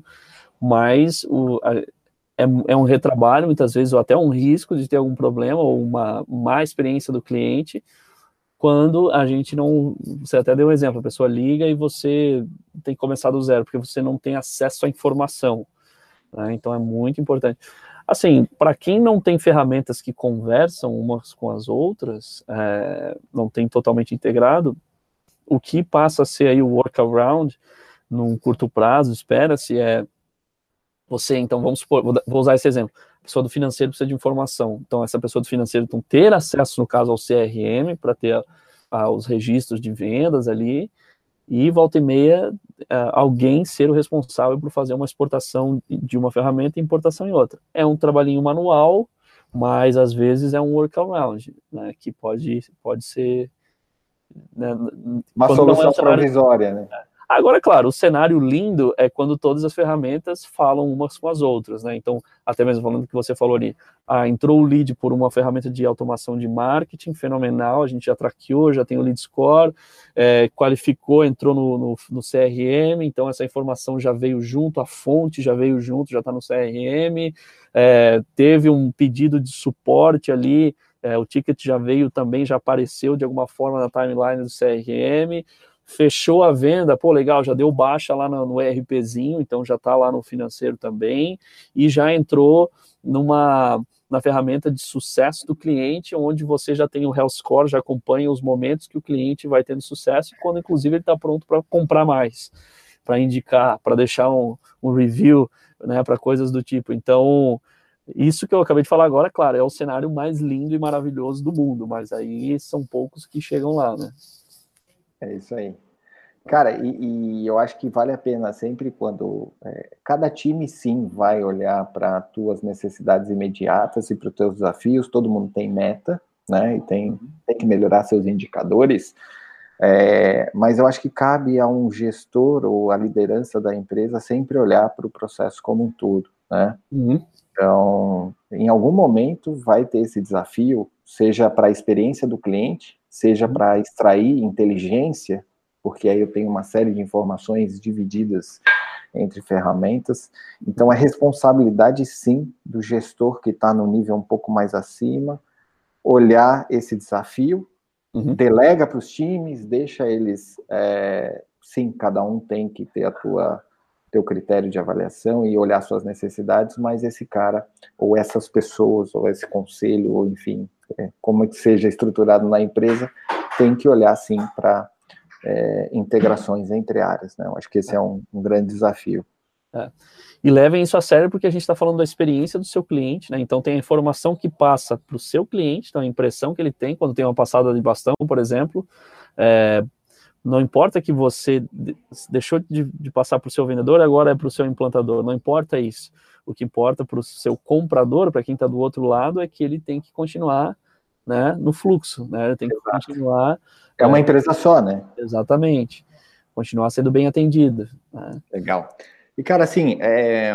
Speaker 2: mas o, a, é, é um retrabalho, muitas vezes, ou até um risco de ter algum problema, ou uma má experiência do cliente, quando a gente não... Você até deu um exemplo, a pessoa liga e você tem que começar do zero, porque você não tem acesso à informação, né? Então é muito importante. Assim, para quem não tem ferramentas que conversam umas com as outras, é, não tem totalmente integrado, o que passa a ser aí o workaround, num curto prazo, espera-se, é você, então, vamos supor, vou usar esse exemplo, a pessoa do financeiro precisa de informação, então essa pessoa do financeiro tem que ter acesso, no caso, ao C R M, para ter a, a, os registros de vendas ali, e volta e meia, a, alguém ser o responsável por fazer uma exportação de uma ferramenta e importação em outra. É um trabalhinho manual, mas às vezes é um workaround, né, que pode, pode ser... Né,
Speaker 1: Uma
Speaker 2: quando não é um
Speaker 1: solução
Speaker 2: cenário...
Speaker 1: provisória, né?
Speaker 2: Agora, claro, o cenário lindo é quando todas as ferramentas falam umas com as outras, né? Então, até mesmo falando do que você falou ali, ah, entrou o lead por uma ferramenta de automação de marketing, fenomenal, a gente já traqueou, já tem o lead score, é, qualificou, entrou no, no, no C R M, então essa informação já veio junto, a fonte já veio junto, já está no C R M, é, teve um pedido de suporte ali, é, o ticket já veio também, já apareceu de alguma forma na timeline do C R M, fechou a venda, pô, legal, já deu baixa lá no, no ERPzinho, então já está lá no financeiro também, e já entrou numa na ferramenta de sucesso do cliente, onde você já tem o Health Score, já acompanha os momentos que o cliente vai tendo sucesso, e quando inclusive ele está pronto para comprar mais, para indicar, para deixar um, um review, né, para coisas do tipo. Então, isso que eu acabei de falar agora, claro, é o cenário mais lindo e maravilhoso do mundo, mas aí são poucos que chegam lá, né?
Speaker 1: É isso aí. Cara, e, e eu acho que vale a pena sempre quando... É, cada time, sim, vai olhar para as tuas necessidades imediatas e para os teus desafios, todo mundo tem meta, né, e tem, tem que melhorar seus indicadores, é, mas eu acho que cabe a um gestor ou a liderança da empresa sempre olhar para o processo como um todo, né?
Speaker 2: Uhum.
Speaker 1: Então, em algum momento vai ter esse desafio, seja para a experiência do cliente, seja para extrair inteligência, porque aí eu tenho uma série de informações divididas entre ferramentas. Então, é responsabilidade, sim, do gestor que está no nível um pouco mais acima, olhar esse desafio, uhum. delega para os times, deixa eles... É, sim, cada um tem que ter a tua... teu critério de avaliação e olhar suas necessidades, mas esse cara, ou essas pessoas, ou esse conselho, ou enfim, é, como é que seja estruturado na empresa, tem que olhar, sim, para é, integrações entre áreas, né? Eu acho que esse é um, um grande desafio.
Speaker 2: É. E levem isso a sério, porque a gente está falando da experiência do seu cliente, né? Então tem a informação que passa para o seu cliente, então a impressão que ele tem quando tem uma passada de bastão, por exemplo, é, não importa que você deixou de, de passar para o seu vendedor, agora é para o seu implantador, não importa isso. O que importa para o seu comprador, para quem está do outro lado, é que ele tem que continuar, né, no fluxo, né? Ele tem que Exato. continuar...
Speaker 1: É uma é, empresa só, né?
Speaker 2: Exatamente. Continuar sendo bem atendida. Né?
Speaker 1: Legal. E, cara, assim, é,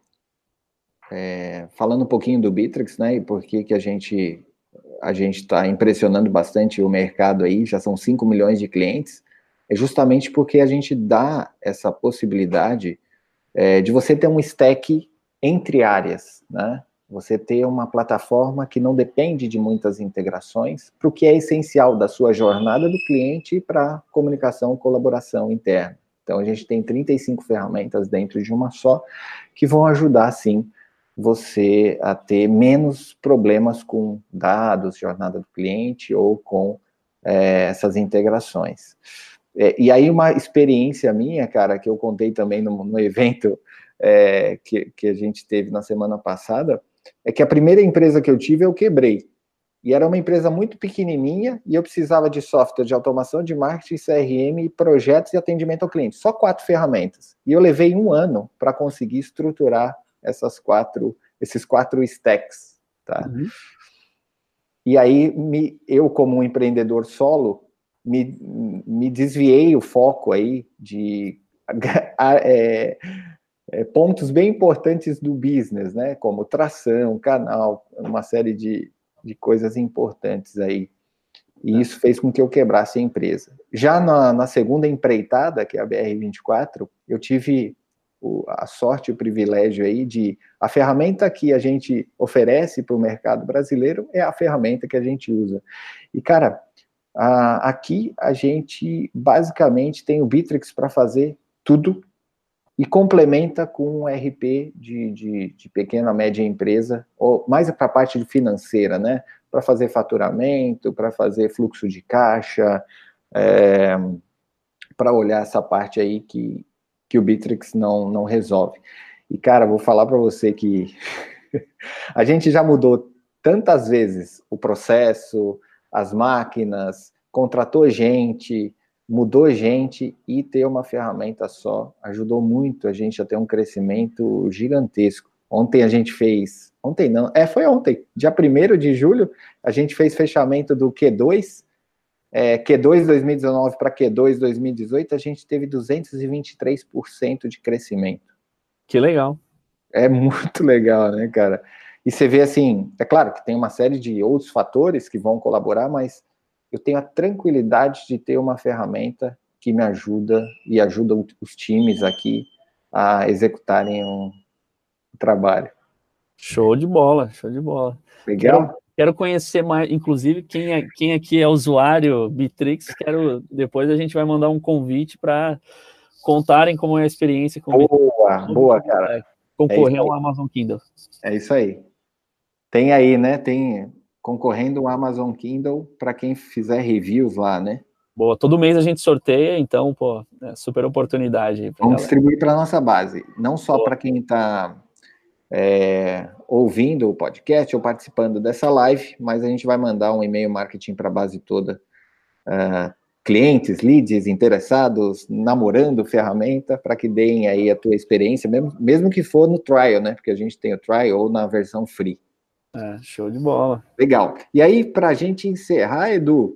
Speaker 1: é, falando um pouquinho do Bittrex, né, e por que que a gente a gente está impressionando bastante o mercado aí, já são cinco milhões de clientes, é justamente porque a gente dá essa possibilidade é, de você ter um stack entre áreas, né? Você ter uma plataforma que não depende de muitas integrações, para o que é essencial da sua jornada do cliente e para a comunicação e colaboração interna. Então, a gente tem trinta e cinco ferramentas dentro de uma só, que vão ajudar, sim, você a ter menos problemas com dados, jornada do cliente, ou com é, essas integrações. É, e aí, uma experiência minha, cara, que eu contei também no, no evento é, que, que a gente teve na semana passada, é que a primeira empresa que eu tive, eu quebrei. E era uma empresa muito pequenininha, e eu precisava de software de automação de marketing, C R M, projetos e atendimento ao cliente. Só quatro ferramentas. E eu levei um ano para conseguir estruturar essas quatro, esses quatro stacks. tá?
Speaker 2: Uhum.
Speaker 1: E aí, me, eu como um empreendedor solo, me, me desviei o foco aí de é, é, pontos bem importantes do business, né? Como tração, canal, uma série de, de coisas importantes aí. E isso fez com que eu quebrasse a empresa. Já na, na segunda empreitada, que é a B R vinte e quatro, eu tive o, a sorte e o privilégio aí de... A ferramenta que a gente oferece para o mercado brasileiro é a ferramenta que a gente usa. E, cara, a, aqui a gente basicamente tem o Bittrex para fazer tudo e complementa com um R P de, de, de pequena, média empresa, ou mais para a parte financeira, né? Para fazer faturamento, para fazer fluxo de caixa, é, para olhar essa parte aí que, que o Bittrex não, não resolve. E, cara, vou falar para você que a gente já mudou tantas vezes o processo, as máquinas, contratou gente, mudou gente, e ter uma ferramenta só ajudou muito a gente a ter um crescimento gigantesco. Ontem a gente fez, ontem não, é, foi ontem, dia primeiro de julho, a gente fez fechamento do Q dois, é, Q dois dois mil e dezenove para Q dois dois mil e dezoito, a gente teve duzentos e vinte e três por cento de crescimento.
Speaker 2: Que legal.
Speaker 1: É muito legal, né, cara? E você vê assim, é claro que tem uma série de outros fatores que vão colaborar, mas eu tenho a tranquilidade de ter uma ferramenta que me ajuda e ajuda os times aqui a executarem um trabalho.
Speaker 2: Show de bola, show de bola.
Speaker 1: Legal?
Speaker 2: Quero, quero conhecer mais, inclusive, quem, é, quem aqui é usuário Bittrex. Quero, depois a gente vai mandar um convite para contarem como é a experiência com o Bittrex.
Speaker 1: Boa, boa, cara.
Speaker 2: É, concorrer ao Amazon Kindle.
Speaker 1: É isso aí. Tem aí, né? Tem concorrendo o Amazon Kindle para quem fizer reviews lá, né?
Speaker 2: Boa, todo mês a gente sorteia, então, pô, é super oportunidade. Vamos
Speaker 1: galera. Distribuir para a nossa base, não só para quem está é, ouvindo o podcast ou participando dessa live, mas a gente vai mandar um e-mail marketing para a base toda. Uh, clientes, leads, interessados, namorando ferramenta, para que deem aí a tua experiência, mesmo, mesmo que for no trial, né? Porque a gente tem o trial ou na versão free.
Speaker 2: É, show de bola.
Speaker 1: Legal. E aí, para a gente encerrar, Edu,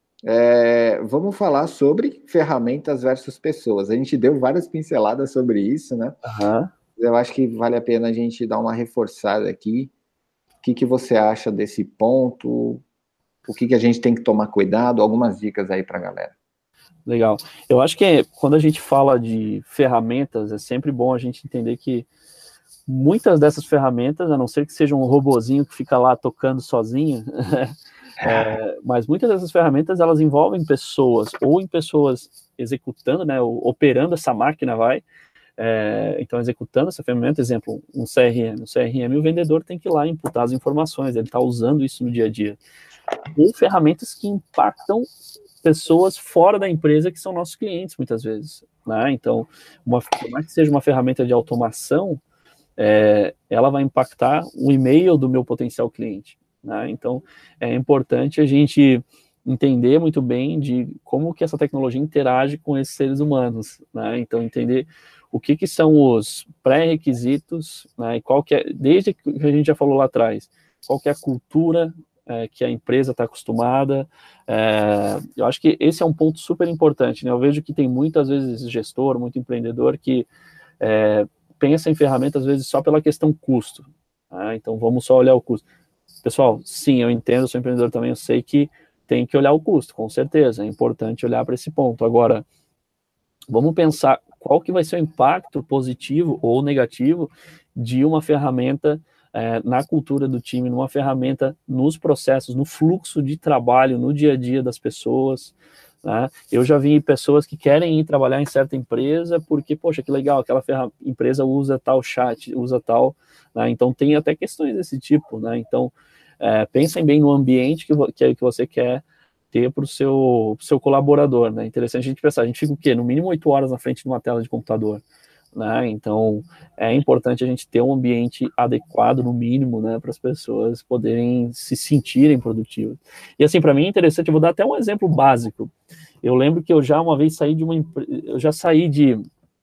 Speaker 1: é, vamos falar sobre ferramentas versus pessoas. A gente deu várias pinceladas sobre isso, né?
Speaker 2: Uhum.
Speaker 1: Eu acho que vale a pena a gente dar uma reforçada aqui. O que, que você acha desse ponto? O que, que a gente tem que tomar cuidado? Algumas dicas aí para a galera.
Speaker 2: Legal. Eu acho que quando a gente fala de ferramentas, é sempre bom a gente entender que muitas dessas ferramentas, a não ser que seja um robozinho que fica lá tocando sozinho, é, mas muitas dessas ferramentas, elas envolvem pessoas, ou em pessoas executando, né, operando essa máquina, vai, é, então executando essa ferramenta, exemplo, um C R M, no C R M o vendedor tem que ir lá imputar as informações, ele está usando isso no dia a dia. Ou ferramentas que impactam pessoas fora da empresa que são nossos clientes, muitas vezes, né? Então, uma, por mais que seja uma ferramenta de automação, é, ela vai impactar o e-mail do meu potencial cliente, né? Então, é importante a gente entender muito bem de como que essa tecnologia interage com esses seres humanos, né? Então, entender o que que são os pré-requisitos, né? E qual que é, desde que a gente já falou lá atrás, qual que é a cultura É, que a empresa está acostumada. É, eu acho que esse é um ponto super importante, né? Eu vejo que tem muitas vezes gestor, muito empreendedor que é, pensa em ferramentas, às vezes, só pela questão custo. Né? Então, vamos só olhar o custo. Pessoal, sim, eu entendo, eu sou empreendedor também, eu sei que tem que olhar o custo, com certeza, é importante olhar para esse ponto. Agora, vamos pensar qual que vai ser o impacto positivo ou negativo de uma ferramenta É, na cultura do time, numa ferramenta, nos processos, no fluxo de trabalho, no dia a dia das pessoas, né? Eu já vi pessoas que querem ir trabalhar em certa empresa porque, poxa, que legal, aquela empresa usa tal chat, usa tal, né? Então tem até questões desse tipo, né? Então, é, pensem bem no ambiente que, que, que você quer ter para o seu, pro seu colaborador, né? Interessante a gente pensar, a gente fica o quê? No mínimo oito horas na frente de uma tela de computador. Né? Então, é importante a gente ter um ambiente adequado, no mínimo, né, para as pessoas poderem se sentirem produtivas. E assim, para mim é interessante, eu vou dar até um exemplo básico. Eu lembro que eu já uma vez saí de uma eu já saí de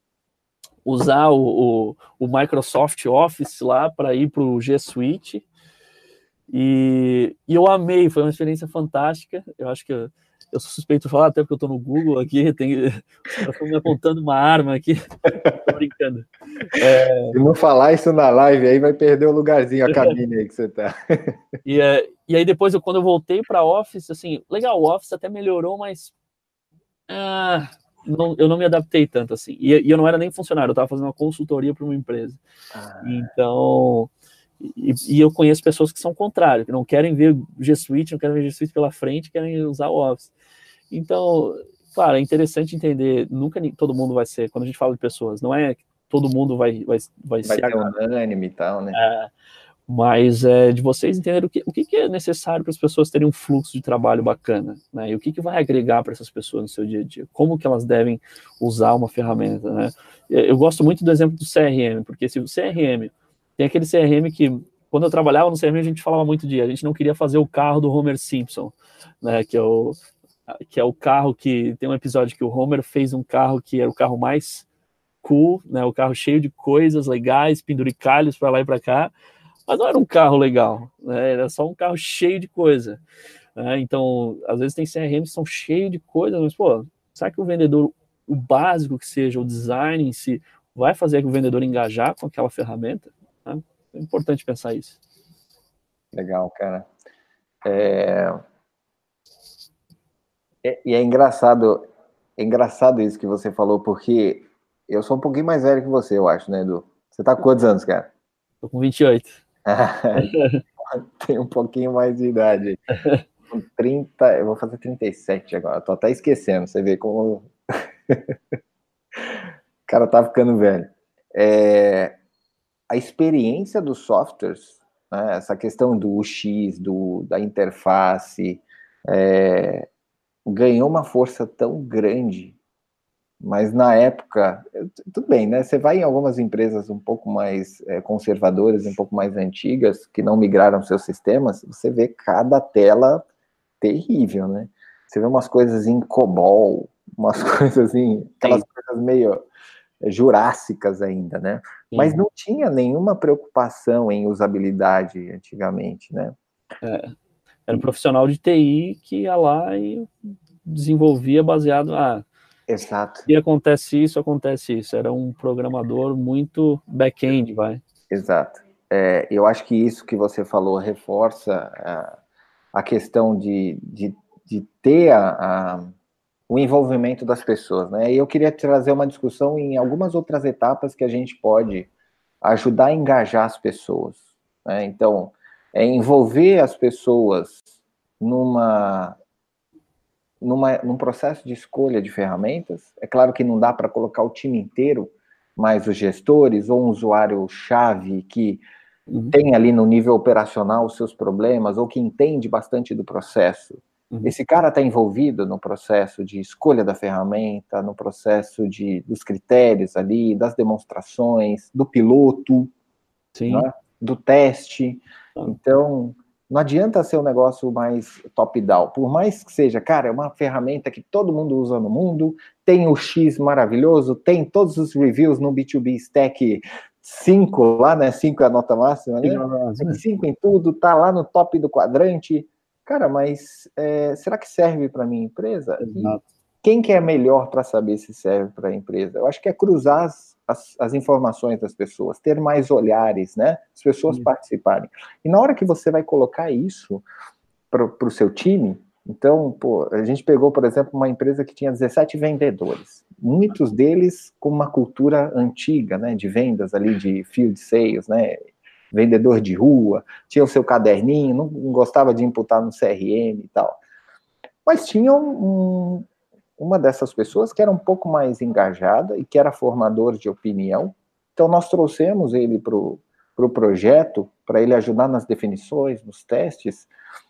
Speaker 2: usar o, o, o Microsoft Office lá para ir para o G Suite, E, e eu amei, foi uma experiência fantástica. Eu acho que eu, eu sou suspeito de falar, até porque eu estou no Google aqui, tem, os caras estão me apontando uma arma aqui. Tô brincando.
Speaker 1: É... Se não falar isso na live, aí vai perder o lugarzinho, a cabine aí que você tá.
Speaker 2: E, é, e aí depois, eu, quando eu voltei para Office, assim, legal, o Office até melhorou, mas ah, não, eu não me adaptei tanto assim. E, e eu não era nem funcionário, eu estava fazendo uma consultoria para uma empresa. Ah. Então, e, e eu conheço pessoas que são contrárias, que não querem ver G Suite, não querem ver G Suite pela frente, querem usar o Office. Então, claro, é interessante entender, nunca todo mundo vai ser, quando a gente fala de pessoas, não é que todo mundo vai, vai, vai,
Speaker 1: vai
Speaker 2: ser
Speaker 1: unânime e tal, né?
Speaker 2: É, mas é de vocês entenderem o que, o que é necessário para as pessoas terem um fluxo de trabalho bacana, né? E o que, que vai agregar para essas pessoas no seu dia a dia, como que elas devem usar uma ferramenta, né? Eu gosto muito do exemplo do C R M, porque se o C R M, tem aquele C R M que, quando eu trabalhava no C R M, a gente falava muito de, a gente não queria fazer o carro do Homer Simpson, né? Que é o, que é o carro que, tem um episódio que o Homer fez um carro que era o carro mais cool, né? O carro cheio de coisas legais, penduricalhos para lá e para cá, mas não era um carro legal, né? Era só um carro cheio de coisa, né? Então, às vezes tem C R Ms que são cheios de coisas, mas, pô, será que o vendedor, o básico que seja, o design em si, vai fazer que o vendedor engajar com aquela ferramenta? Né? É importante pensar isso.
Speaker 1: Legal, cara. É... É, e é engraçado, é engraçado isso que você falou, porque eu sou um pouquinho mais velho que você, eu acho, né, Edu? Você tá com quantos anos, cara?
Speaker 2: Tô com vinte e oito.
Speaker 1: Tem um pouquinho mais de idade. Com trinta, eu vou fazer trinta e sete agora. Tô até esquecendo, você vê como o cara tá ficando velho. É... A experiência dos softwares, né, essa questão do U X, do, da interface, é... ganhou uma força tão grande, mas na época, tudo bem, né? Você vai em algumas empresas um pouco mais é, conservadoras, um pouco mais antigas, que não migraram seus sistemas, você vê cada tela terrível, né? Você vê umas coisas em COBOL, umas coisas em... aquelas Sim. coisas meio jurássicas ainda, né? Sim. Mas não tinha nenhuma preocupação em usabilidade antigamente, né?
Speaker 2: É, era um profissional de T I que ia lá e desenvolvia baseado... Ah,
Speaker 1: exato.
Speaker 2: E acontece isso, acontece isso. Era um programador muito back-end, vai.
Speaker 1: Exato. É, eu acho que isso que você falou reforça a, a questão de, de, de ter a, a, o envolvimento das pessoas, né? E eu queria trazer uma discussão em algumas outras etapas que a gente pode ajudar a engajar as pessoas, né? Então, é envolver as pessoas numa... Numa, num processo de escolha de ferramentas. É claro que não dá para colocar o time inteiro, mas os gestores ou um usuário-chave que uhum. tem ali no nível operacional os seus problemas, ou que entende bastante do processo. Uhum. Esse cara está envolvido no processo de escolha da ferramenta, no processo de, dos critérios ali, das demonstrações, do piloto, né, do teste. Uhum. Então... não adianta ser um negócio mais top-down. Por mais que seja, cara, é uma ferramenta que todo mundo usa no mundo, tem o X maravilhoso, tem todos os reviews no B dois B Stack cinco lá, né? cinco é a nota máxima, né? cinco em tudo, tá lá no top do quadrante. Cara, mas é, será que serve para minha empresa? Exato. Quem que é melhor para saber se serve para a empresa? Eu acho que é cruzar as, as, as informações das pessoas, ter mais olhares, né? As pessoas Sim. participarem. E na hora que você vai colocar isso para o seu time, então, pô, a gente pegou, por exemplo, uma empresa que tinha dezessete vendedores, muitos deles com uma cultura antiga, né, de vendas ali, de field sales, né, vendedor de rua, tinha o seu caderninho, não gostava de imputar no C R M e tal. Mas tinha um... um uma dessas pessoas que era um pouco mais engajada e que era formador de opinião. Então, nós trouxemos ele para o pro projeto, para ele ajudar nas definições, nos testes.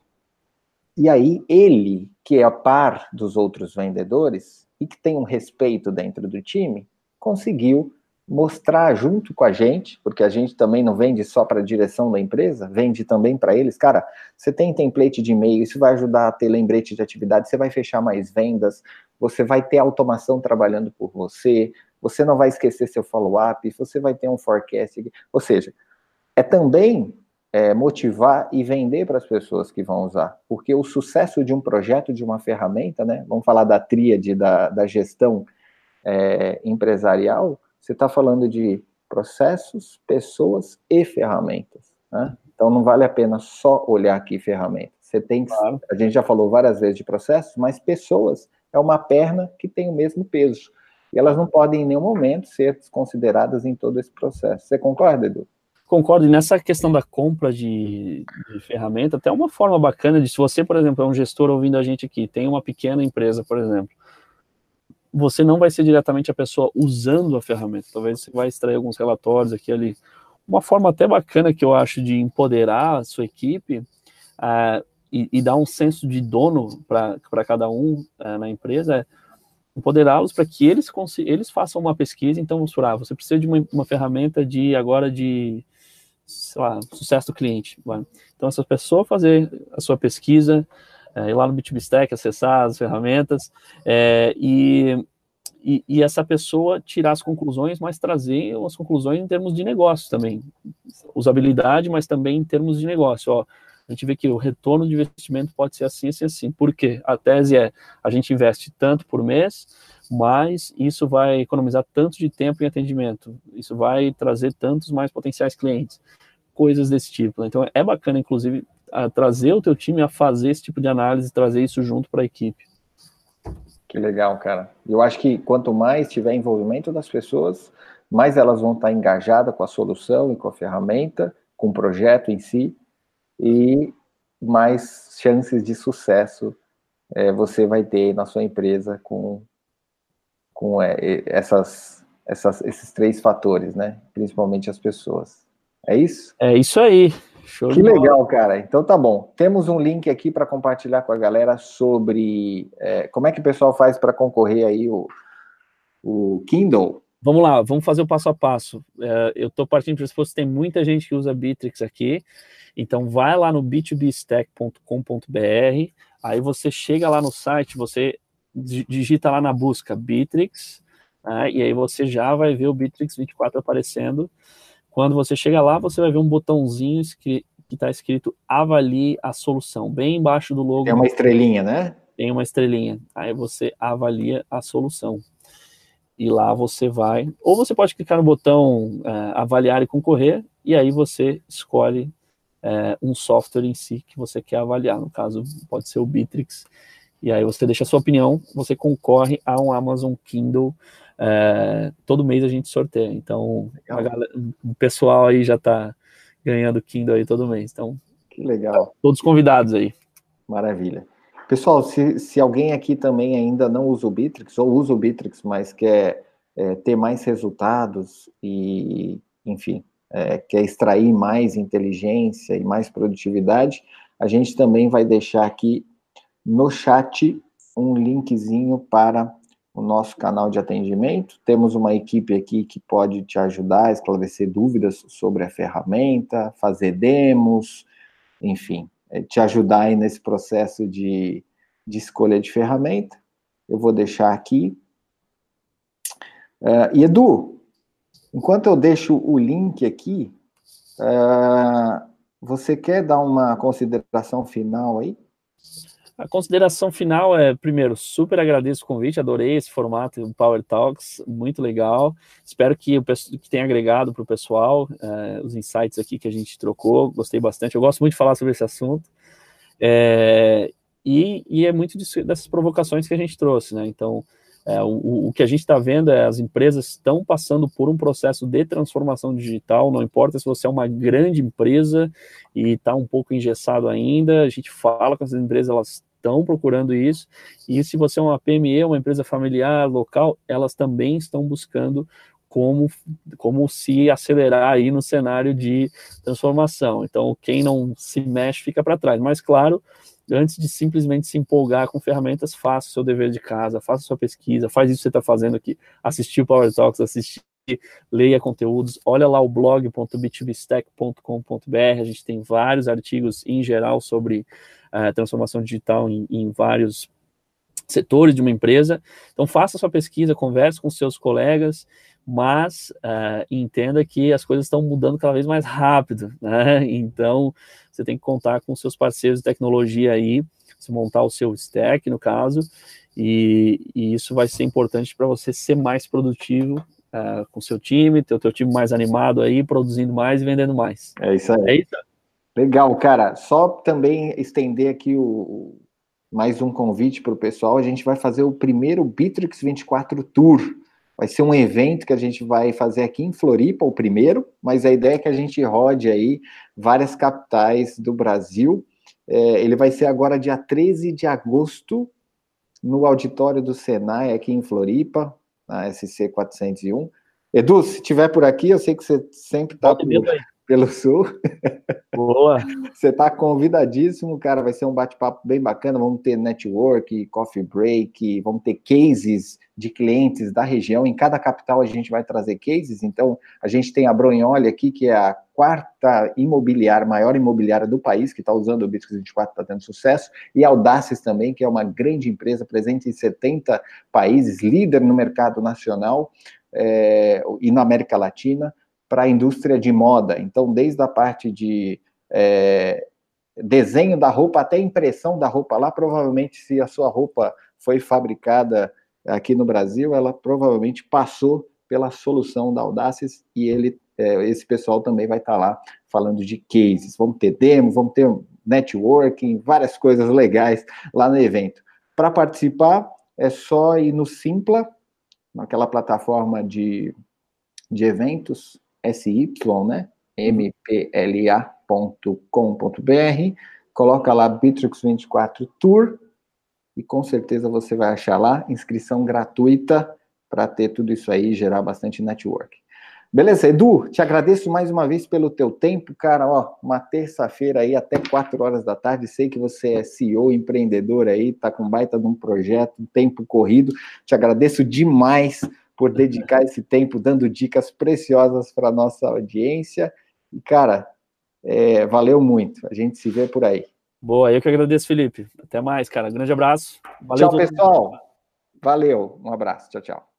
Speaker 1: E aí, ele, que é a par dos outros vendedores e que tem um respeito dentro do time, conseguiu mostrar junto com a gente, porque a gente também não vende só para a direção da empresa, vende também para eles. Cara, você tem template de e-mail, isso vai ajudar a ter lembrete de atividade, você vai fechar mais vendas, você vai ter automação trabalhando por você, você não vai esquecer seu follow-up, você vai ter um forecast, ou seja, é também é, motivar e vender para as pessoas que vão usar, porque o sucesso de um projeto, de uma ferramenta, né, vamos falar da tríade da, da gestão é, empresarial, você está falando de processos, pessoas e ferramentas, né? Então não vale a pena só olhar aqui ferramentas, você tem que, claro. A gente já falou várias vezes de processos, mas pessoas é uma perna que tem o mesmo peso, e elas não podem em nenhum momento ser desconsideradas em todo esse processo. Você concorda, Edu?
Speaker 2: Concordo, e nessa questão da compra de, de ferramenta, até uma forma bacana de, se você, por exemplo, é um gestor ouvindo a gente aqui, tem uma pequena empresa, por exemplo, você não vai ser diretamente a pessoa usando a ferramenta, talvez você vai extrair alguns relatórios aqui e ali. Uma forma até bacana que eu acho de empoderar a sua equipe uh, e, e dar um senso de dono para cada um uh, na empresa é empoderá-los para que eles, eles façam uma pesquisa. Então, vamos falar, você precisa de uma, uma ferramenta de agora de, sei lá, sucesso do cliente. Vai. Então, essa pessoa fazer a sua pesquisa, é, ir lá no B dois B Stack, acessar as ferramentas, é, e, e, e essa pessoa tirar as conclusões, mas trazer as conclusões em termos de negócio também. Usabilidade, mas também em termos de negócio. Ó, a gente vê que o retorno de investimento pode ser assim, assim, assim. Por quê? A tese é, a gente investe tanto por mês, mas isso vai economizar tanto de tempo em atendimento, isso vai trazer tantos mais potenciais clientes, coisas desse tipo. Então, é bacana, inclusive, a trazer o teu time a fazer esse tipo de análise, trazer isso junto para a equipe.
Speaker 1: Que legal, cara. Eu acho que quanto mais tiver envolvimento das pessoas, mais elas vão estar engajadas com a solução e com a ferramenta, com o projeto em si, e mais chances de sucesso é, você vai ter na sua empresa com, com é, essas, essas, esses três fatores, né? Principalmente as pessoas. É isso?
Speaker 2: É isso aí. Show
Speaker 1: que legal, cara. Então tá bom. Temos um link aqui para compartilhar com a galera sobre é, como é que o pessoal faz para concorrer aí o, o Kindle.
Speaker 2: Vamos lá, vamos fazer o passo a passo. É, eu estou partindo do pressuposto que tem muita gente que usa Bittrex aqui, então vai lá no b dois b stack ponto com ponto b r, aí você chega lá no site, você digita lá na busca Bittrex, né, e aí você já vai ver o Bittrex vinte e quatro aparecendo. Quando você chega lá, você vai ver um botãozinho que está escrito avalie a solução, bem embaixo do logo.
Speaker 1: Tem uma estrelinha, né?
Speaker 2: Tem uma estrelinha, aí você avalia a solução. E lá você vai, ou você pode clicar no botão é, avaliar e concorrer, e aí você escolhe é, um software em si que você quer avaliar, no caso pode ser o Bittrex, e aí você deixa a sua opinião, você concorre a um Amazon Kindle, é, todo mês a gente sorteia, então a galera, o pessoal aí já está ganhando Kindle aí todo mês, então
Speaker 1: que legal.
Speaker 2: Todos convidados aí.
Speaker 1: Maravilha. Pessoal, se, se alguém aqui também ainda não usa o Bittrex, ou usa o Bittrex, mas quer é, ter mais resultados e, enfim, é, quer extrair mais inteligência e mais produtividade, a gente também vai deixar aqui no chat um linkzinho para o nosso canal de atendimento. Temos uma equipe aqui que pode te ajudar a esclarecer dúvidas sobre a ferramenta, fazer demos, enfim, te ajudar aí nesse processo de, de escolha de ferramenta. Eu vou deixar aqui. Uh, e, Edu, enquanto eu deixo o link aqui, uh, você quer dar uma consideração final aí?
Speaker 2: A consideração final é, primeiro, super agradeço o convite, adorei esse formato do Power Talks, muito legal. Espero que, o, que tenha agregado para o pessoal é, os insights aqui que a gente trocou, gostei bastante. Eu gosto muito de falar sobre esse assunto. É, e, e é muito disso, dessas provocações que a gente trouxe, né? Então, é, o, o que a gente está vendo é as empresas estão passando por um processo de transformação digital, não importa se você é uma grande empresa e está um pouco engessado ainda, a gente fala com essas empresas, elas estão procurando isso, e se você é uma P M E, uma empresa familiar, local, elas também estão buscando como, como se acelerar aí no cenário de transformação. Então, quem não se mexe fica para trás, mas claro, antes de simplesmente se empolgar com ferramentas, faça o seu dever de casa, faça a sua pesquisa, faz isso que você está fazendo aqui, assistir o Power Talks, assistir, leia conteúdos, olha lá o blog ponto b dois b stack ponto com ponto b r, a gente tem vários artigos em geral sobre uh, transformação digital em, em vários setores de uma empresa. Então faça a sua pesquisa, converse com seus colegas, mas uh, entenda que as coisas estão mudando cada vez mais rápido, né? Então, você tem que contar com seus parceiros de tecnologia aí, se montar o seu stack, no caso, e, e isso vai ser importante para você ser mais produtivo uh, com o seu time, ter o teu time mais animado aí, produzindo mais e vendendo mais.
Speaker 1: É isso aí.
Speaker 2: É isso?
Speaker 1: Legal, cara. Só também estender aqui o, mais um convite para o pessoal. A gente vai fazer o primeiro Bitrix vinte e quatro Tour. Vai ser um evento que a gente vai fazer aqui em Floripa, o primeiro, mas a ideia é que a gente rode aí várias capitais do Brasil. É, ele vai ser agora dia treze de agosto, no auditório do Senai, aqui em Floripa, na S C quatrocentos e um. Edu, se estiver por aqui, eu sei que você sempre está pelo sul.
Speaker 2: Boa!
Speaker 1: Você está convidadíssimo, cara, vai ser um bate-papo bem bacana, vamos ter network, coffee break, vamos ter cases de clientes da região, em cada capital a gente vai trazer cases, então a gente tem a Bronholi aqui, que é a quarta imobiliária, maior imobiliária do país, que está usando o Bitrix vinte e quatro, está tendo sucesso, e a Audaces também, que é uma grande empresa presente em setenta países, líder no mercado nacional é, e na América Latina, para a indústria de moda. Então, desde a parte de é, desenho da roupa até impressão da roupa lá, provavelmente, se a sua roupa foi fabricada aqui no Brasil, ela provavelmente passou pela solução da Audaces e ele, é, esse pessoal também vai estar lá falando de cases. Vamos ter demo, vamos ter networking, várias coisas legais lá no evento. Para participar, é só ir no Simpla, naquela plataforma de, de eventos, S Y, né? M P L A ponto com ponto B R, coloca lá Bitrix vinte e quatro Tour, e com certeza você vai achar lá, inscrição gratuita, para ter tudo isso aí e gerar bastante network. Beleza, Edu, te agradeço mais uma vez pelo teu tempo, cara, ó, uma terça-feira aí até quatro horas da tarde, sei que você é C E O, empreendedor aí, tá com baita de um projeto, um tempo corrido, te agradeço demais por dedicar esse tempo dando dicas preciosas para a nossa audiência. E, cara, é, valeu muito. A gente se vê por aí.
Speaker 2: Boa, eu que agradeço, Felipe. Até mais, cara. Grande abraço. Valeu.
Speaker 1: Tchau, pessoal. Valeu. Um abraço. Tchau, tchau.